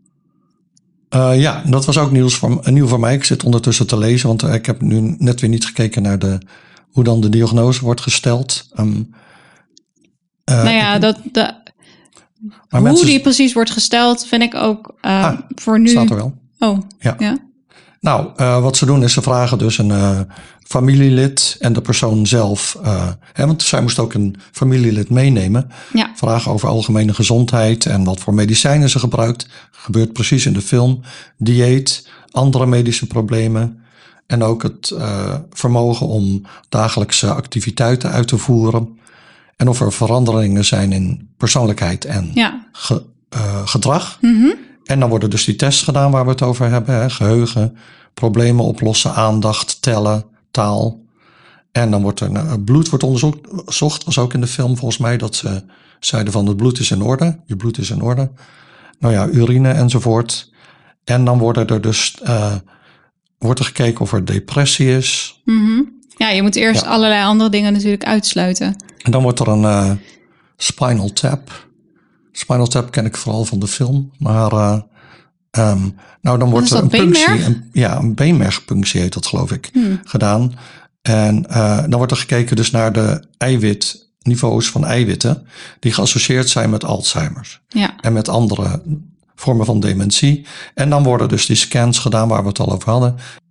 Uh, ja, dat was ook nieuws voor, nieuw voor mij. Ik zit ondertussen te lezen, want ik heb nu net weer niet gekeken naar de, hoe dan de diagnose wordt gesteld. Um, uh, nou ja, ik, dat... De, hoe mensen, die precies wordt gesteld, vind ik ook uh, ah, voor nu... staat er wel. Oh, ja. ja. Nou, uh, wat ze doen is ze vragen dus een uh, familielid en de persoon zelf. Uh, hè, want zij moest ook een familielid meenemen. Ja. Vragen over algemene gezondheid en wat voor medicijnen ze gebruikt. Gebeurt precies in de film. Dieet, andere medische problemen. En ook het uh, vermogen om dagelijkse activiteiten uit te voeren. En of er veranderingen zijn in persoonlijkheid en ja. ge, uh, gedrag. Mm-hmm. En dan worden dus die tests gedaan waar we het over hebben. Hè? Geheugen, problemen oplossen, aandacht, tellen, taal. En dan wordt er uh, bloed wordt onderzocht. Was ook in de film volgens mij dat ze zeiden van het bloed is in orde. Je bloed is in orde. Nou ja, urine enzovoort. En dan worden er dus, uh, wordt er gekeken of er depressie is. Mm-hmm. Ja, je moet eerst ja. allerlei andere dingen natuurlijk uitsluiten. En dan wordt er een uh, spinal tap. Spinal tap ken ik vooral van de film. Maar uh, um, nou dan wordt er een punctie. Een, ja, een beenmergpunctie heet dat geloof ik. Hmm. Gedaan. En uh, dan wordt er gekeken dus naar de eiwitniveaus van eiwitten. Die geassocieerd zijn met Alzheimer's. Ja. En met andere vormen van dementie. En dan worden dus die scans gedaan waar we het al over hadden.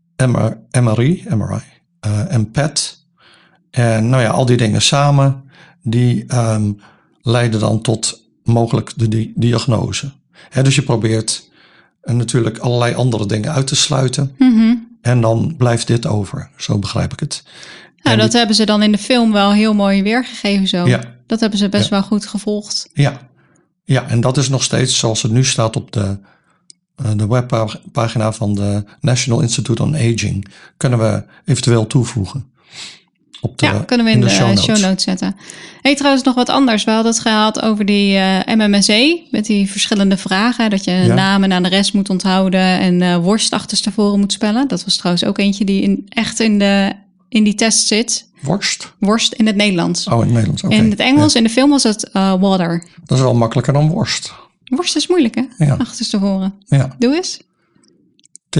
M R I, M R I uh, en P E T. En nou ja, al die dingen samen. Die um, leiden dan tot mogelijk de di- diagnose. He, dus je probeert uh, natuurlijk allerlei andere dingen uit te sluiten. Mm-hmm. En dan blijft dit over. Zo begrijp ik het. Nou, en dat die, hebben ze dan in de film wel heel mooi weergegeven zo. Ja. Dat hebben ze best ja. wel goed gevolgd. Ja. ja, en dat is nog steeds zoals het nu staat op de, uh, de webpagina van de National Institute on Aging. Kunnen we eventueel toevoegen. Op de, ja, kunnen we in, in de, de show, notes. show notes zetten. Hey, trouwens nog wat anders. We hadden het gehad over die uh, M M S E. Met die verschillende vragen. Dat je ja. namen aan de rest moet onthouden. En uh, worst achterstevoren moet spellen. Dat was trouwens ook eentje die in, echt in, de, in die test zit. Worst? Worst in het Nederlands. Oh, in het Nederlands, oké. Okay. In het Engels, ja. in de film was het uh, water. Dat is wel makkelijker dan worst. Worst is moeilijk, hè? Ja. Achterstevoren. Ja. Doe eens. T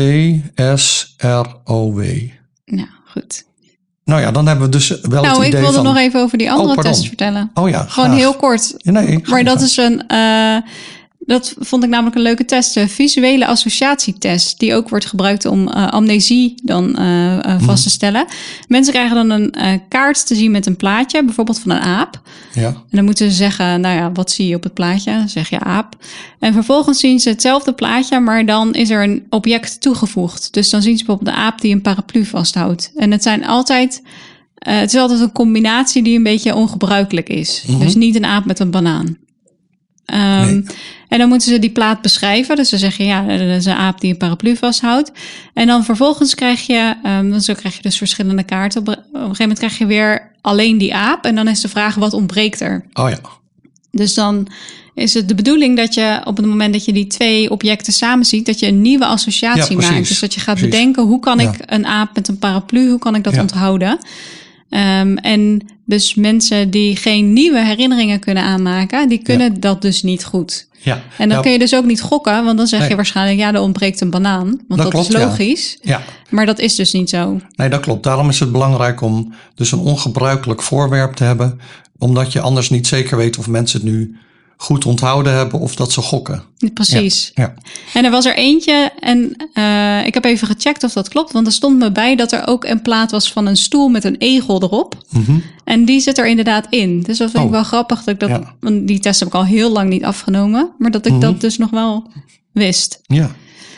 S R O W. Nou, goed. Nou ja, dan hebben we dus wel nou, het idee van... Nou, ik wilde van... nog even over die andere oh, test vertellen. Oh ja, graag. Gewoon heel kort. Ja, nee, maar dat is een... Uh, dat vond ik namelijk een leuke test. De visuele associatietest. Die ook wordt gebruikt om uh, amnesie dan uh, uh, vast te stellen. Mm. Mensen krijgen dan een uh, kaart te zien met een plaatje. Bijvoorbeeld van een aap. Ja. En dan moeten ze zeggen, nou ja, wat zie je op het plaatje? Dan zeg je aap. En vervolgens zien ze hetzelfde plaatje, maar dan is er een object toegevoegd. Dus dan zien ze bijvoorbeeld de aap die een paraplu vasthoudt. En het zijn altijd... Uh, het is altijd een combinatie die een beetje ongebruikelijk is. Mm-hmm. Dus niet een aap met een banaan. Um, nee. En dan moeten ze die plaat beschrijven. Dus ze zeggen, ja, dat is een aap die een paraplu vasthoudt. En dan vervolgens krijg je, um, zo krijg je dus verschillende kaarten. Op een gegeven moment krijg je weer alleen die aap. En dan is de vraag, wat ontbreekt er? Oh ja. Dus dan is het de bedoeling dat je op het moment dat je die twee objecten samen ziet, dat je een nieuwe associatie ja, maakt. Dus dat je gaat precies. bedenken, hoe kan ik ja. een aap met een paraplu, hoe kan ik dat ja. onthouden? Um, en dus mensen die geen nieuwe herinneringen kunnen aanmaken, die kunnen ja. dat dus niet goed. Ja. En dan ja. kun je dus ook niet gokken, want dan zeg nee. je waarschijnlijk, ja, er ontbreekt een banaan. Want dat, dat klopt, is logisch. Ja. Ja. Maar dat is dus niet zo. Nee, dat klopt. Daarom is het belangrijk om dus een ongebruikelijk voorwerp te hebben, omdat je anders niet zeker weet of mensen het nu goed onthouden hebben of dat ze gokken. Precies. Ja, ja. En er was er eentje en uh, ik heb even gecheckt of dat klopt, want er stond me bij dat er ook een plaat was van een stoel met een egel erop. Mm-hmm. En die zit er inderdaad in. Dus dat vind oh. ik wel grappig. Dat ik dat, ja. Want die test heb ik al heel lang niet afgenomen, maar dat ik mm-hmm. dat dus nog wel wist. Ja.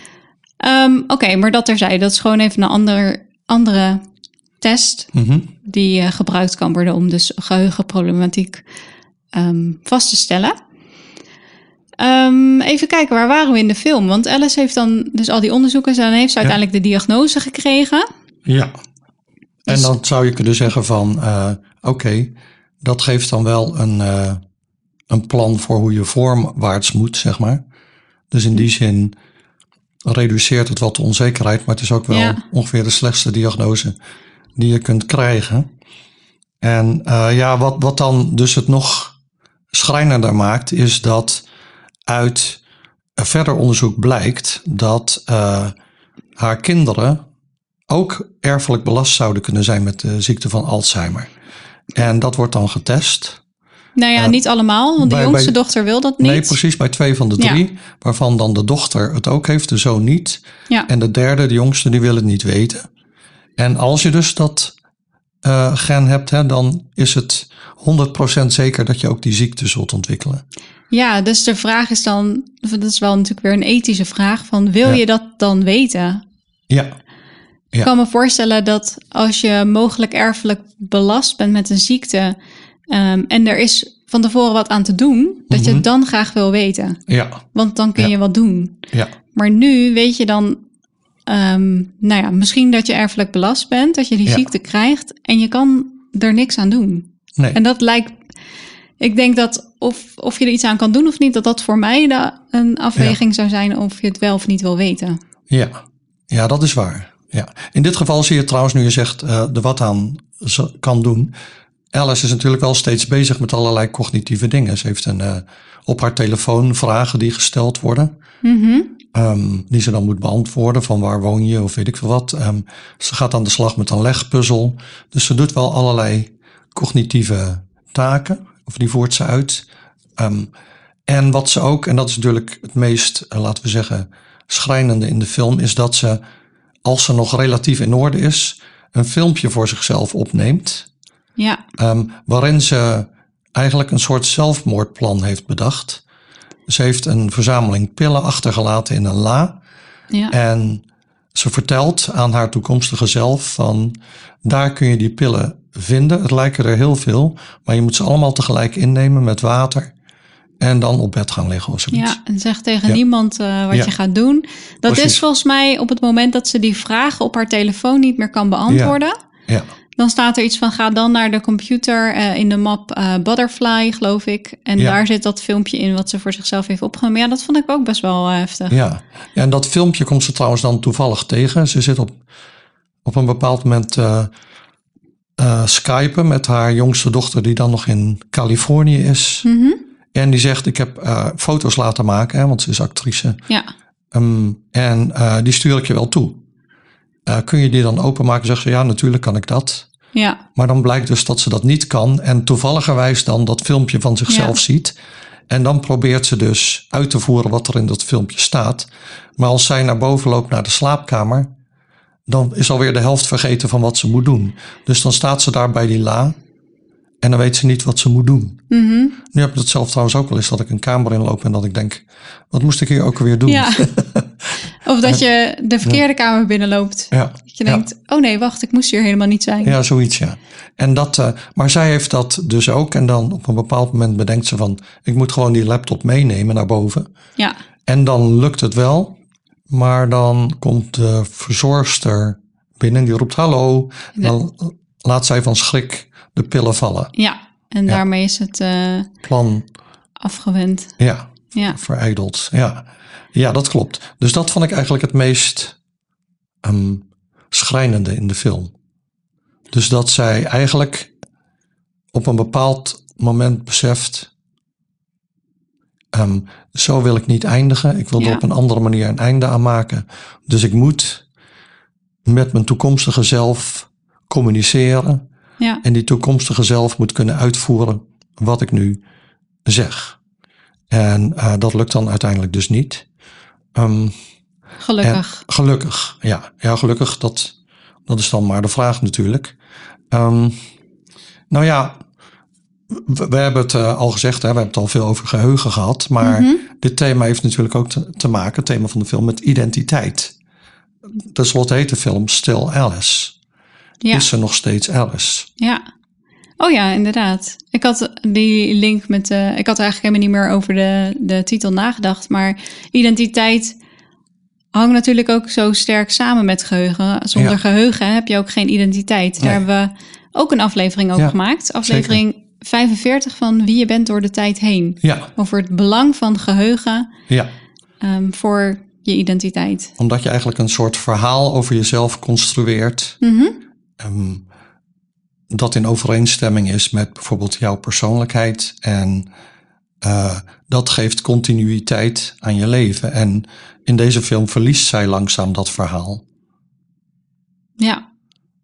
Um, Oké, okay, maar dat terzijde. Dat is gewoon even een ander, andere test mm-hmm. die uh, gebruikt kan worden om dus geheugenproblematiek um, vast te stellen. Um, even kijken, waar waren we in de film? Want Alice heeft dan dus al die onderzoeken en dan heeft ze uiteindelijk ja. de diagnose gekregen. Ja, en dus, dan zou je kunnen zeggen van, uh, oké, okay, dat geeft dan wel een, uh, een plan voor hoe je voorwaarts moet, zeg maar. Dus in die zin reduceert het wat de onzekerheid, maar het is ook wel ja. ongeveer de slechtste diagnose die je kunt krijgen. En uh, ja, wat, wat dan dus het nog schrijnender maakt, is dat uit verder onderzoek blijkt dat uh, haar kinderen ook erfelijk belast zouden kunnen zijn met de ziekte van Alzheimer. En dat wordt dan getest. Nou ja, uh, niet allemaal, want de bij, jongste bij, dochter wil dat niet. Nee, precies, bij twee van de drie. Ja. Waarvan dan de dochter het ook heeft, de zoon niet. Ja. En de derde, de jongste, die wil het niet weten. En als je dus dat uh, gen hebt, hè, dan is het honderd procent zeker dat je ook die ziekte zult ontwikkelen. Ja, dus de vraag is dan, dat is wel natuurlijk weer een ethische vraag, van wil ja. je dat dan weten? Ja. ja. Ik kan me voorstellen dat als je mogelijk erfelijk belast bent met een ziekte um, en er is van tevoren wat aan te doen, dat je het dan graag wil weten. Ja. Want dan kun ja. je wat doen. Ja. Maar nu weet je dan, um, nou ja, misschien dat je erfelijk belast bent, dat je die ja. ziekte krijgt en je kan er niks aan doen. Nee. En dat lijkt, ik denk dat of, of je er iets aan kan doen of niet, dat dat voor mij de, een afweging ja. zou zijn of je het wel of niet wil weten. Ja, ja, dat is waar. Ja. In dit geval zie je trouwens, nu je zegt uh, er wat aan kan doen. Alice is natuurlijk wel steeds bezig met allerlei cognitieve dingen. Ze heeft een, uh, op haar telefoon vragen die gesteld worden. Mm-hmm. Um, die ze dan moet beantwoorden, van waar woon je of weet ik veel wat. Um, ze gaat aan de slag met een legpuzzel. Dus ze doet wel allerlei cognitieve taken, of die voert ze uit. Um, en wat ze ook, en dat is natuurlijk het meest, uh, laten we zeggen, schrijnende in de film, is dat ze, als ze nog relatief in orde is, een filmpje voor zichzelf opneemt. Ja. Um, waarin ze eigenlijk een soort zelfmoordplan heeft bedacht. Ze heeft een verzameling pillen achtergelaten in een la. Ja. En ze vertelt aan haar toekomstige zelf van, daar kun je die pillen vinden. Het lijken er heel veel, maar je moet ze allemaal tegelijk innemen met water. En dan op bed gaan liggen of zoiets. Ja, en zeg tegen ja. niemand uh, wat ja. je gaat doen. Dat Precies. is volgens mij op het moment dat ze die vragen op haar telefoon niet meer kan beantwoorden. Ja. Ja. Dan staat er iets van, ga dan naar de computer uh, in de map uh, Butterfly, geloof ik. En ja. daar zit dat filmpje in wat ze voor zichzelf heeft opgenomen. Ja, dat vond ik ook best wel uh, heftig. Ja. ja, en dat filmpje komt ze trouwens dan toevallig tegen. Ze zit op, op een bepaald moment uh, uh, skypen met haar jongste dochter, die dan nog in Californië is. Mm-hmm. En die zegt, ik heb uh, foto's laten maken, hè, want ze is actrice. Ja. Um, en uh, die stuur ik je wel toe. Uh, kun je die dan openmaken? Zegt ze, ja, natuurlijk kan ik dat. Ja. Maar dan blijkt dus dat ze dat niet kan. En toevalligerwijs dan dat filmpje van zichzelf ja. ziet. En dan probeert ze dus uit te voeren wat er in dat filmpje staat. Maar als zij naar boven loopt naar de slaapkamer, dan is alweer de helft vergeten van wat ze moet doen. Dus dan staat ze daar bij die la. En dan weet ze niet wat ze moet doen. Mm-hmm. Nu heb ik het zelf trouwens ook wel eens, dat ik een kamer inloop en dat ik denk, wat moest ik hier ook weer doen? Ja. Of dat je de verkeerde ja. kamer binnenloopt. Ja. Dat je denkt, ja. oh nee, wacht, ik moest hier helemaal niet zijn. Ja, zoiets, ja. En dat, uh, maar zij heeft dat dus ook. En dan op een bepaald moment bedenkt ze van, ik moet gewoon die laptop meenemen naar boven. Ja. En dan lukt het wel. Maar dan komt de verzorgster binnen, die roept hallo. En dan ja. laat zij van schrik de pillen vallen. Ja, en ja. daarmee is het uh, plan afgewend. Ja, ja, verijdeld. Ja. ja, dat klopt. Dus dat vond ik eigenlijk het meest um, schrijnende in de film. Dus dat zij eigenlijk op een bepaald moment beseft, um, zo wil ik niet eindigen. Ik wil ja. er op een andere manier een einde aan maken. Dus ik moet met mijn toekomstige zelf communiceren. Ja. En die toekomstige zelf moet kunnen uitvoeren wat ik nu zeg. En uh, dat lukt dan uiteindelijk dus niet. Um, gelukkig. Gelukkig, ja. Ja, gelukkig, dat, dat is dan maar de vraag natuurlijk. Um, nou ja, we, we hebben het uh, al gezegd, hè, we hebben het al veel over geheugen gehad. Maar mm-hmm. dit thema heeft natuurlijk ook te, te maken, het thema van de film, met identiteit. Ten slotte heet de film Still Alice. Ja. Is ze nog steeds Alice? Ja. Oh ja, inderdaad. Ik had die link met... Uh, ik had eigenlijk helemaal niet meer over de, de titel nagedacht. Maar identiteit hangt natuurlijk ook zo sterk samen met geheugen. Zonder ja. geheugen heb je ook geen identiteit. Daar nee. hebben we ook een aflevering over ja, gemaakt. Aflevering zeker. vijfenveertig van Wie je bent door de tijd heen. Ja. Over het belang van geheugen ja. um, voor je identiteit. Omdat je eigenlijk een soort verhaal over jezelf construeert. Mm-hmm. Um, dat in overeenstemming is met bijvoorbeeld jouw persoonlijkheid. En uh, dat geeft continuïteit aan je leven. En in deze film verliest zij langzaam dat verhaal. Ja.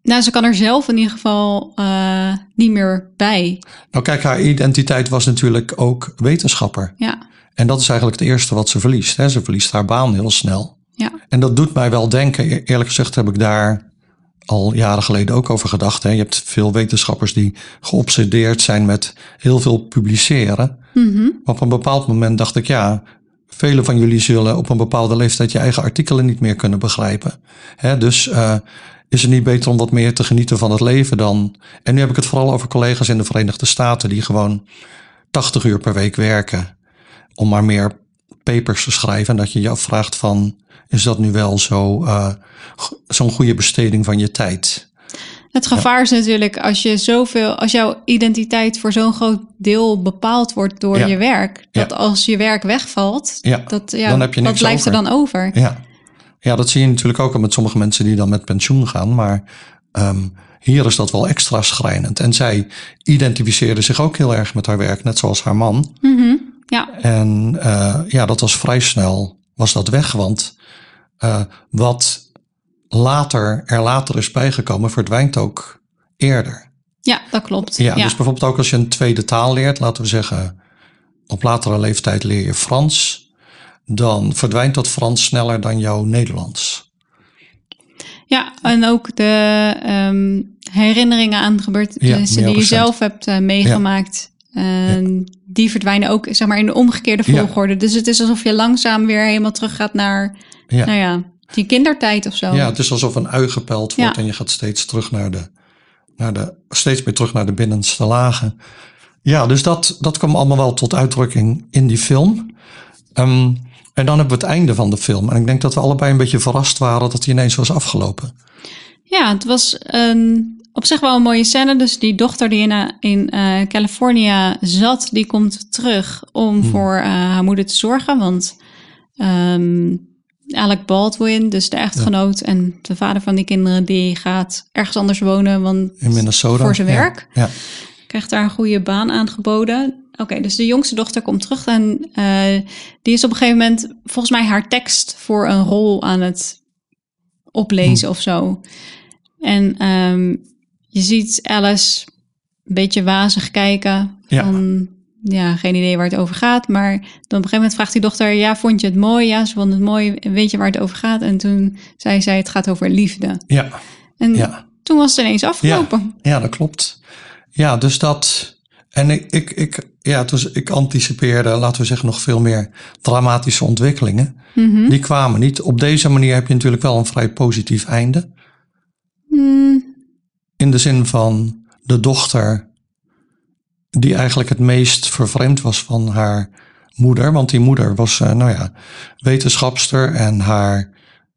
Nou, ze kan er zelf in ieder geval uh, niet meer bij. Nou kijk, haar identiteit was natuurlijk ook wetenschapper. Ja. En dat is eigenlijk het eerste wat ze verliest. Hè? Ze verliest haar baan heel snel. Ja. En dat doet mij wel denken. Eerlijk gezegd heb ik daar al jaren geleden ook over gedacht. Hè? Je hebt veel wetenschappers die geobsedeerd zijn met heel veel publiceren. Mm-hmm. Op een bepaald moment dacht ik, ja, velen van jullie zullen op een bepaalde leeftijd je eigen artikelen niet meer kunnen begrijpen. Hè? Dus uh, is het niet beter om wat meer te genieten van het leven dan... En nu heb ik het vooral over collega's in de Verenigde Staten die gewoon tachtig uur per week werken om maar meer papers te schrijven. En dat je je afvraagt van, is dat nu wel zo, uh, zo'n goede besteding van je tijd? Het gevaar ja. is natuurlijk als je zoveel, als jouw identiteit voor zo'n groot deel bepaald wordt door ja. je werk, dat ja. als je werk wegvalt, ja. dat, ja, dan heb je niks wat blijft over. er dan over? Ja. ja, dat zie je natuurlijk ook met sommige mensen die dan met pensioen gaan, maar um, hier is dat wel extra schrijnend. En zij identificeerde zich ook heel erg met haar werk, net zoals haar man. Mm-hmm. Ja. En uh, ja, dat was vrij snel, was dat weg, want uh, wat later er later is bijgekomen, verdwijnt ook eerder. Ja, dat klopt. Ja, ja. Dus bijvoorbeeld ook als je een tweede taal leert, laten we zeggen, op latere leeftijd leer je Frans, dan verdwijnt dat Frans sneller dan jouw Nederlands. Ja, en ook de um, herinneringen aan gebeurtenissen ja, die je zelf hebt uh, meegemaakt, ja. Uh, ja. die verdwijnen ook, zeg maar, in de omgekeerde volgorde. Ja. Dus het is alsof je langzaam weer helemaal terug gaat naar, ja. nou ja, die kindertijd of zo. Ja, het is alsof een ui gepeld wordt ja. en je gaat steeds terug naar de, naar de, steeds meer terug naar de binnenste lagen. Ja, dus dat, dat kwam allemaal wel tot uitdrukking in die film. Um, en dan hebben we het einde van de film. En ik denk dat we allebei een beetje verrast waren dat die ineens was afgelopen. Ja, het was een, op zich wel een mooie scène. Dus die dochter die in, in uh, Californië zat, die komt terug om hmm. voor uh, haar moeder te zorgen. Want um, Alec Baldwin, dus de echtgenoot ja. en de vader van die kinderen, die gaat ergens anders wonen. Want in Minnesota. Voor zijn werk. Ja. Ja. Krijgt daar een goede baan aangeboden. Oké, okay, dus de jongste dochter komt terug en uh, die is op een gegeven moment volgens mij haar tekst voor een rol aan het oplezen hm. of zo. En um, je ziet Alice een beetje wazig kijken. Ja. Van, ja, geen idee waar het over gaat. Maar dan op een gegeven moment vraagt die dochter, ja, vond je het mooi? Ja, ze vond het mooi. Weet je waar het over gaat? En toen zei zij, het gaat over liefde. Ja. En ja. toen was het ineens afgelopen. Ja, ja, dat klopt. Ja, dus dat... En ik, ik, ik, ja, dus ik anticipeerde, laten we zeggen, nog veel meer dramatische ontwikkelingen. Mm-hmm. Die kwamen niet. Op deze manier heb je natuurlijk wel een vrij positief einde. Mm. In de zin van de dochter die eigenlijk het meest vervreemd was van haar moeder. Want die moeder was, uh, nou ja, wetenschapster en haar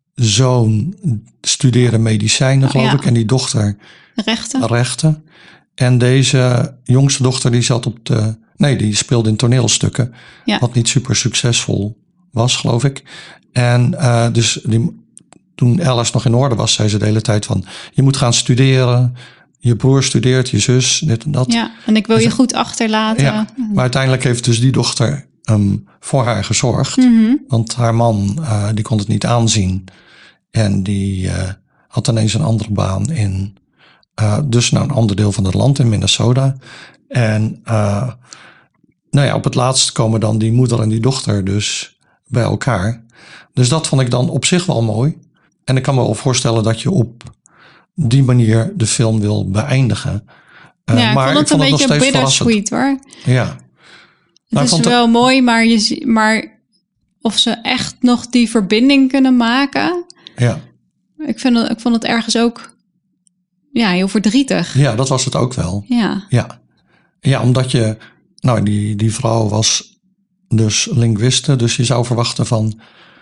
zoon studeerde medicijnen, geloof ja. ik. En die dochter rechten. rechten. En deze jongste dochter die zat op de... Nee, die speelde in toneelstukken. Ja. Wat niet super succesvol was, geloof ik. En uh, dus die, toen Alice nog in orde was, zei ze de hele tijd van... Je moet gaan studeren. Je broer studeert, je zus, dit en dat. Ja, en ik wil je goed achterlaten. Ja, maar uiteindelijk heeft dus die dochter um, voor haar gezorgd. Mm-hmm. Want haar man, uh, die kon het niet aanzien. En die uh, had ineens een andere baan in... Uh, dus naar een ander deel van het land in Minnesota. En uh, nou ja, op het laatst komen dan die moeder en die dochter dus bij elkaar. Dus dat vond ik dan op zich wel mooi. En ik kan me wel voorstellen dat je op die manier de film wil beëindigen. Uh, ja, ik maar vond het ik vond een het beetje bittersweet hoor. Ja. Het maar is wel het... mooi, maar, je, maar of ze echt nog die verbinding kunnen maken. Ja. Ik, vind het, ik vond het ergens ook... Ja, heel verdrietig. Ja, dat was het ook wel. Ja. Ja, ja omdat je... Nou, die, die vrouw was dus linguiste. Dus je zou verwachten van...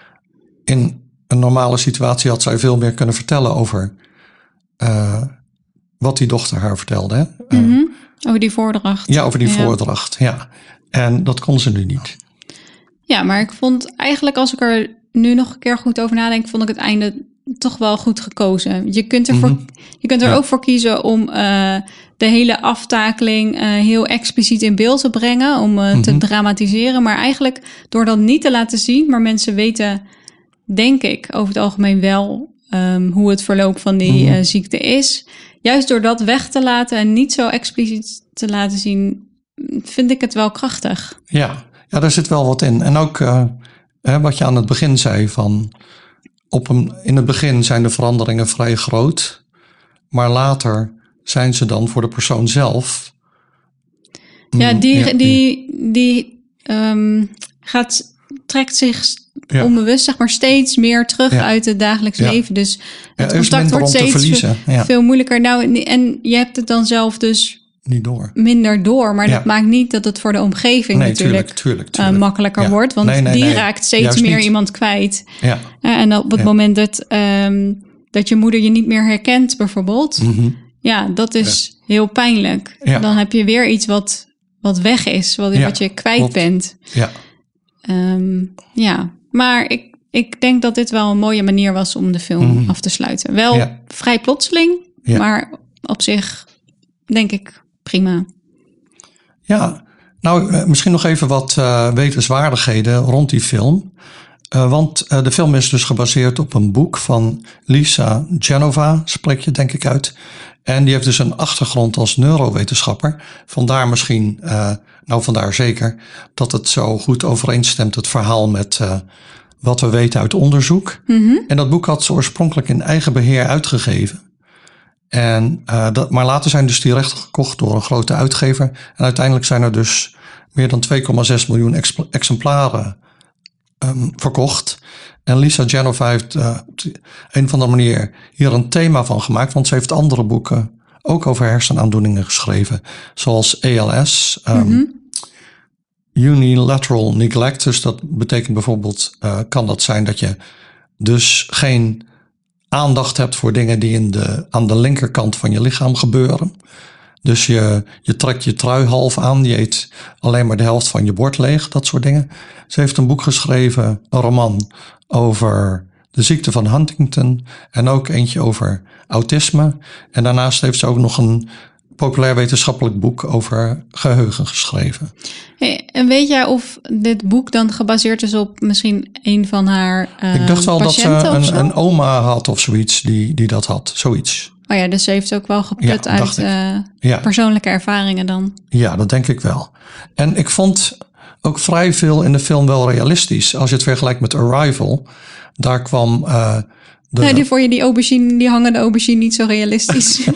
In een normale situatie had zij veel meer kunnen vertellen over... Uh, wat die dochter haar vertelde. Hè? Mm-hmm. Uh, over die voordracht. Ja, over die ja. voordracht, ja. En dat kon ze nu niet. Ja, maar ik vond eigenlijk als ik er nu nog een keer goed over nadenk... vond ik het einde... toch wel goed gekozen. Je kunt, ervoor, mm-hmm. je kunt er ja. ook voor kiezen om uh, de hele aftakeling uh, heel expliciet in beeld te brengen, om uh, mm-hmm. te dramatiseren. Maar eigenlijk door dat niet te laten zien, maar mensen weten, denk ik, over het algemeen wel um, hoe het verloop van die Mm-hmm. uh, ziekte is. Juist door dat weg te laten en niet zo expliciet te laten zien, vind ik het wel krachtig. Ja, ja, daar zit wel wat in. En ook uh, hè, wat je aan het begin zei van, op een, in het begin zijn de veranderingen vrij groot, maar later zijn ze dan voor de persoon zelf. Ja, die, ja, die, die um, gaat, trekt zich ja. onbewust zeg maar steeds meer terug ja. uit het dagelijks ja. leven. Dus het ja, contact wordt steeds ja. veel moeilijker. Nou, en je hebt het dan zelf dus niet door. minder door. Maar ja. dat maakt niet dat het voor de omgeving nee, natuurlijk tuurlijk, tuurlijk, tuurlijk. Uh, makkelijker ja. wordt. Want nee, nee, die nee. raakt steeds Juist meer niet. iemand kwijt. Ja. Uh, en op het ja. moment dat, um, dat je moeder je niet meer herkent bijvoorbeeld. Mm-hmm. Ja, dat is ja. heel pijnlijk. Ja. Dan heb je weer iets wat, wat weg is. Wat, ja. wat je kwijt Klopt. bent. Ja. Um, ja, maar ik, ik denk dat dit wel een mooie manier was om de film mm-hmm. af te sluiten. Wel ja. vrij plotseling, ja. maar op zich denk ik prima. Ja, nou misschien nog even wat uh, wetenswaardigheden rond die film. Uh, want uh, de film is dus gebaseerd op een boek van Lisa Genova, spreek je denk ik uit. En die heeft dus een achtergrond als neurowetenschapper. Vandaar misschien, uh, nou vandaar zeker, dat het zo goed overeenstemt, het verhaal met uh, wat we weten uit onderzoek. Mm-hmm. En dat boek had ze oorspronkelijk in eigen beheer uitgegeven. En, uh, dat, maar later zijn dus die rechten gekocht door een grote uitgever. En uiteindelijk zijn er dus meer dan twee komma zes miljoen exp- exemplaren um, verkocht. En Lisa Genova heeft uh, op een of andere manier hier een thema van gemaakt. Want ze heeft andere boeken ook over hersenaandoeningen geschreven. Zoals A L S, um, mm-hmm. unilateral neglect. Dus dat betekent bijvoorbeeld, uh, kan dat zijn dat je dus geen aandacht hebt voor dingen die in de, aan de linkerkant van je lichaam gebeuren. Dus je, je trekt je trui half aan, je eet alleen maar de helft van je bord leeg, dat soort dingen. Ze heeft een boek geschreven, een roman, over de ziekte van Huntington en ook eentje over autisme. En daarnaast heeft ze ook nog een populair wetenschappelijk boek over geheugen geschreven. Hey, en weet jij of dit boek dan gebaseerd is op misschien een van haar uh, Ik dacht wel dat ze een, een oma had of zoiets die, die dat had, zoiets. Oh ja, dus ze heeft ook wel geput ja, uit uh, ja. persoonlijke ervaringen dan. Ja, dat denk ik wel. En ik vond ook vrij veel in de film wel realistisch. Als je het vergelijkt met Arrival, daar kwam uh, de... Nee, die vond je die aubergine, die hangende aubergine niet zo realistisch?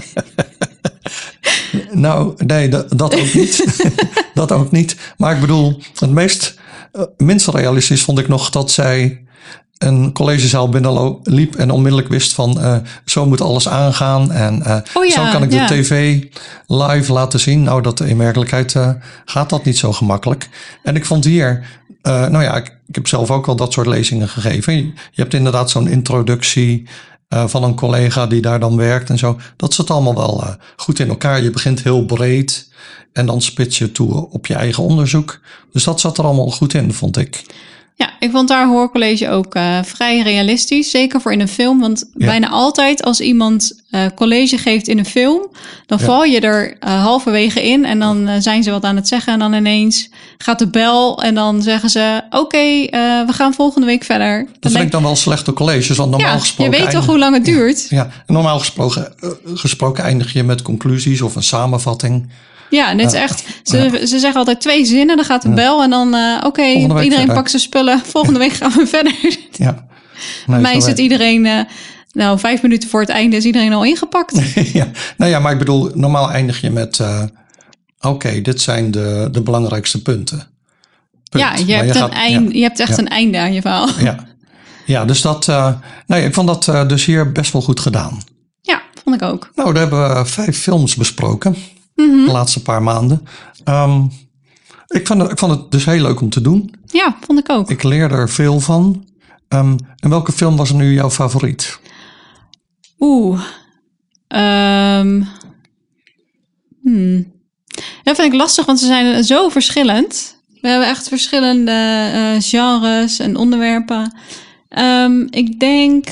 Nou, nee, dat, dat ook niet. dat ook niet. Maar ik bedoel, het meest, uh, minst realistisch vond ik nog dat zij een collegezaal binnenliep en onmiddellijk wist van uh, zo moet alles aangaan. En uh, oh ja, zo kan ik de ja. tv live laten zien. Nou, dat in werkelijkheid uh, gaat dat niet zo gemakkelijk. En ik vond hier, uh, nou ja, ik, ik heb zelf ook al dat soort lezingen gegeven. Je, je hebt inderdaad zo'n introductie Uh, van een collega die daar dan werkt en zo. Dat zit allemaal wel uh, goed in elkaar. Je begint heel breed en dan spits je toe op je eigen onderzoek. Dus dat zat er allemaal goed in, vond ik. Ja, ik vond haar hoorcollege ook uh, vrij realistisch. Zeker voor in een film. Want ja. bijna altijd als iemand uh, college geeft in een film, dan ja. val je er uh, halverwege in. En dan uh, zijn ze wat aan het zeggen. En dan ineens gaat de bel en dan zeggen ze, oké, okay, uh, we gaan volgende week verder. Dan dat vind denk... ik dan wel slechte colleges. Want normaal ja, gesproken je weet eindig... toch hoe lang het duurt? Ja, ja. Normaal gesproken, uh, gesproken eindig je met conclusies of een samenvatting. Ja, en het is echt, ze, ja. ze zeggen altijd twee zinnen, dan gaat de bel en dan, uh, oké, okay, iedereen verder. pakt zijn spullen. Volgende week gaan we verder. Ja. Nee, mij is het iedereen, uh, nou, vijf minuten voor het einde is iedereen al ingepakt. ja. Nou ja, maar ik bedoel, normaal eindig je met, uh, oké, okay, dit zijn de, de belangrijkste punten. Punt. Ja, je hebt, je, gaat, een eind, ja. je hebt echt ja. een einde aan je verhaal. Ja, ja dus dat, uh, nee, ik vond dat uh, dus hier best wel goed gedaan. Ja, vond ik ook. Nou, daar hebben we vijf films besproken. Mm-hmm. De laatste paar maanden. Um, ik, vond het, ik vond het dus heel leuk om te doen. Ja, vond ik ook. Ik leerde er veel van. Um, en welke film was nu jouw favoriet? Oeh. Um, hmm. Dat vind ik lastig, want ze zijn zo verschillend. We hebben echt verschillende uh, genres en onderwerpen. Um, ik denk...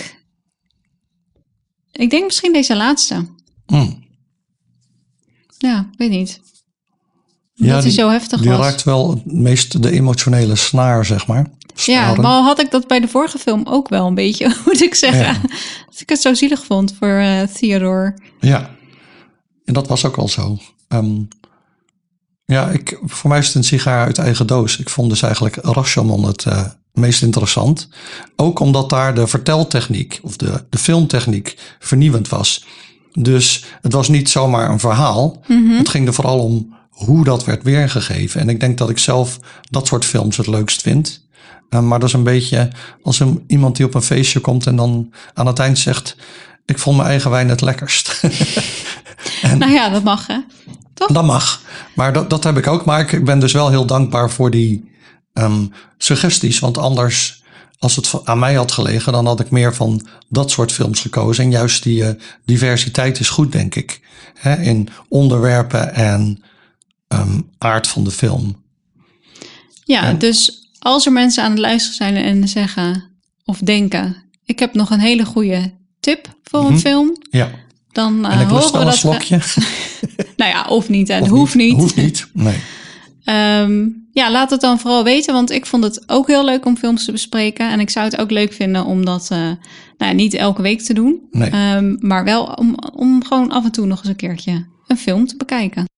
Ik denk misschien deze laatste. Mm. Ja, weet niet. Omdat hij die, zo heftig die was. Die raakt wel het meest de emotionele snaar, zeg maar. Ja, maar had ik dat bij de vorige film ook wel een beetje, moet ik zeggen. Ja. Dat ik het zo zielig vond voor uh, Theodore. Ja, en dat was ook al zo. Um, ja, ik, voor mij is het een sigaar uit eigen doos. Ik vond dus eigenlijk Rashomon het uh, meest interessant. Ook omdat daar de verteltechniek of de, de filmtechniek vernieuwend was. Dus het was niet zomaar een verhaal. Mm-hmm. Het ging er vooral om hoe dat werd weergegeven. En ik denk dat ik zelf dat soort films het leukst vind. Uh, maar dat is een beetje als een, iemand die op een feestje komt en dan aan het eind zegt: ik vond mijn eigen wijn het lekkerst. en, nou ja, dat mag hè? Toch? Dat mag. Maar dat, dat heb ik ook. Maar ik ben dus wel heel dankbaar voor die um, suggesties. Want anders, als het aan mij had gelegen, dan had ik meer van dat soort films gekozen. En juist die uh, diversiteit is goed, denk ik. Hè, in onderwerpen en um, aard van de film. Ja, en, dus als er mensen aan het luisteren zijn en zeggen of denken: ik heb nog een hele goede tip voor mm-hmm. een film. Ja. Dan uh, en ik lust horen we wel dat een slokje. Nou ja, of niet. Het of hoeft niet. niet. Hoeft niet, nee. Um, ja, laat het dan vooral weten. Want ik vond het ook heel leuk om films te bespreken. En ik zou het ook leuk vinden om dat uh, nou ja, niet elke week te doen. Nee. Um, maar wel om, om gewoon af en toe nog eens een keertje een film te bekijken.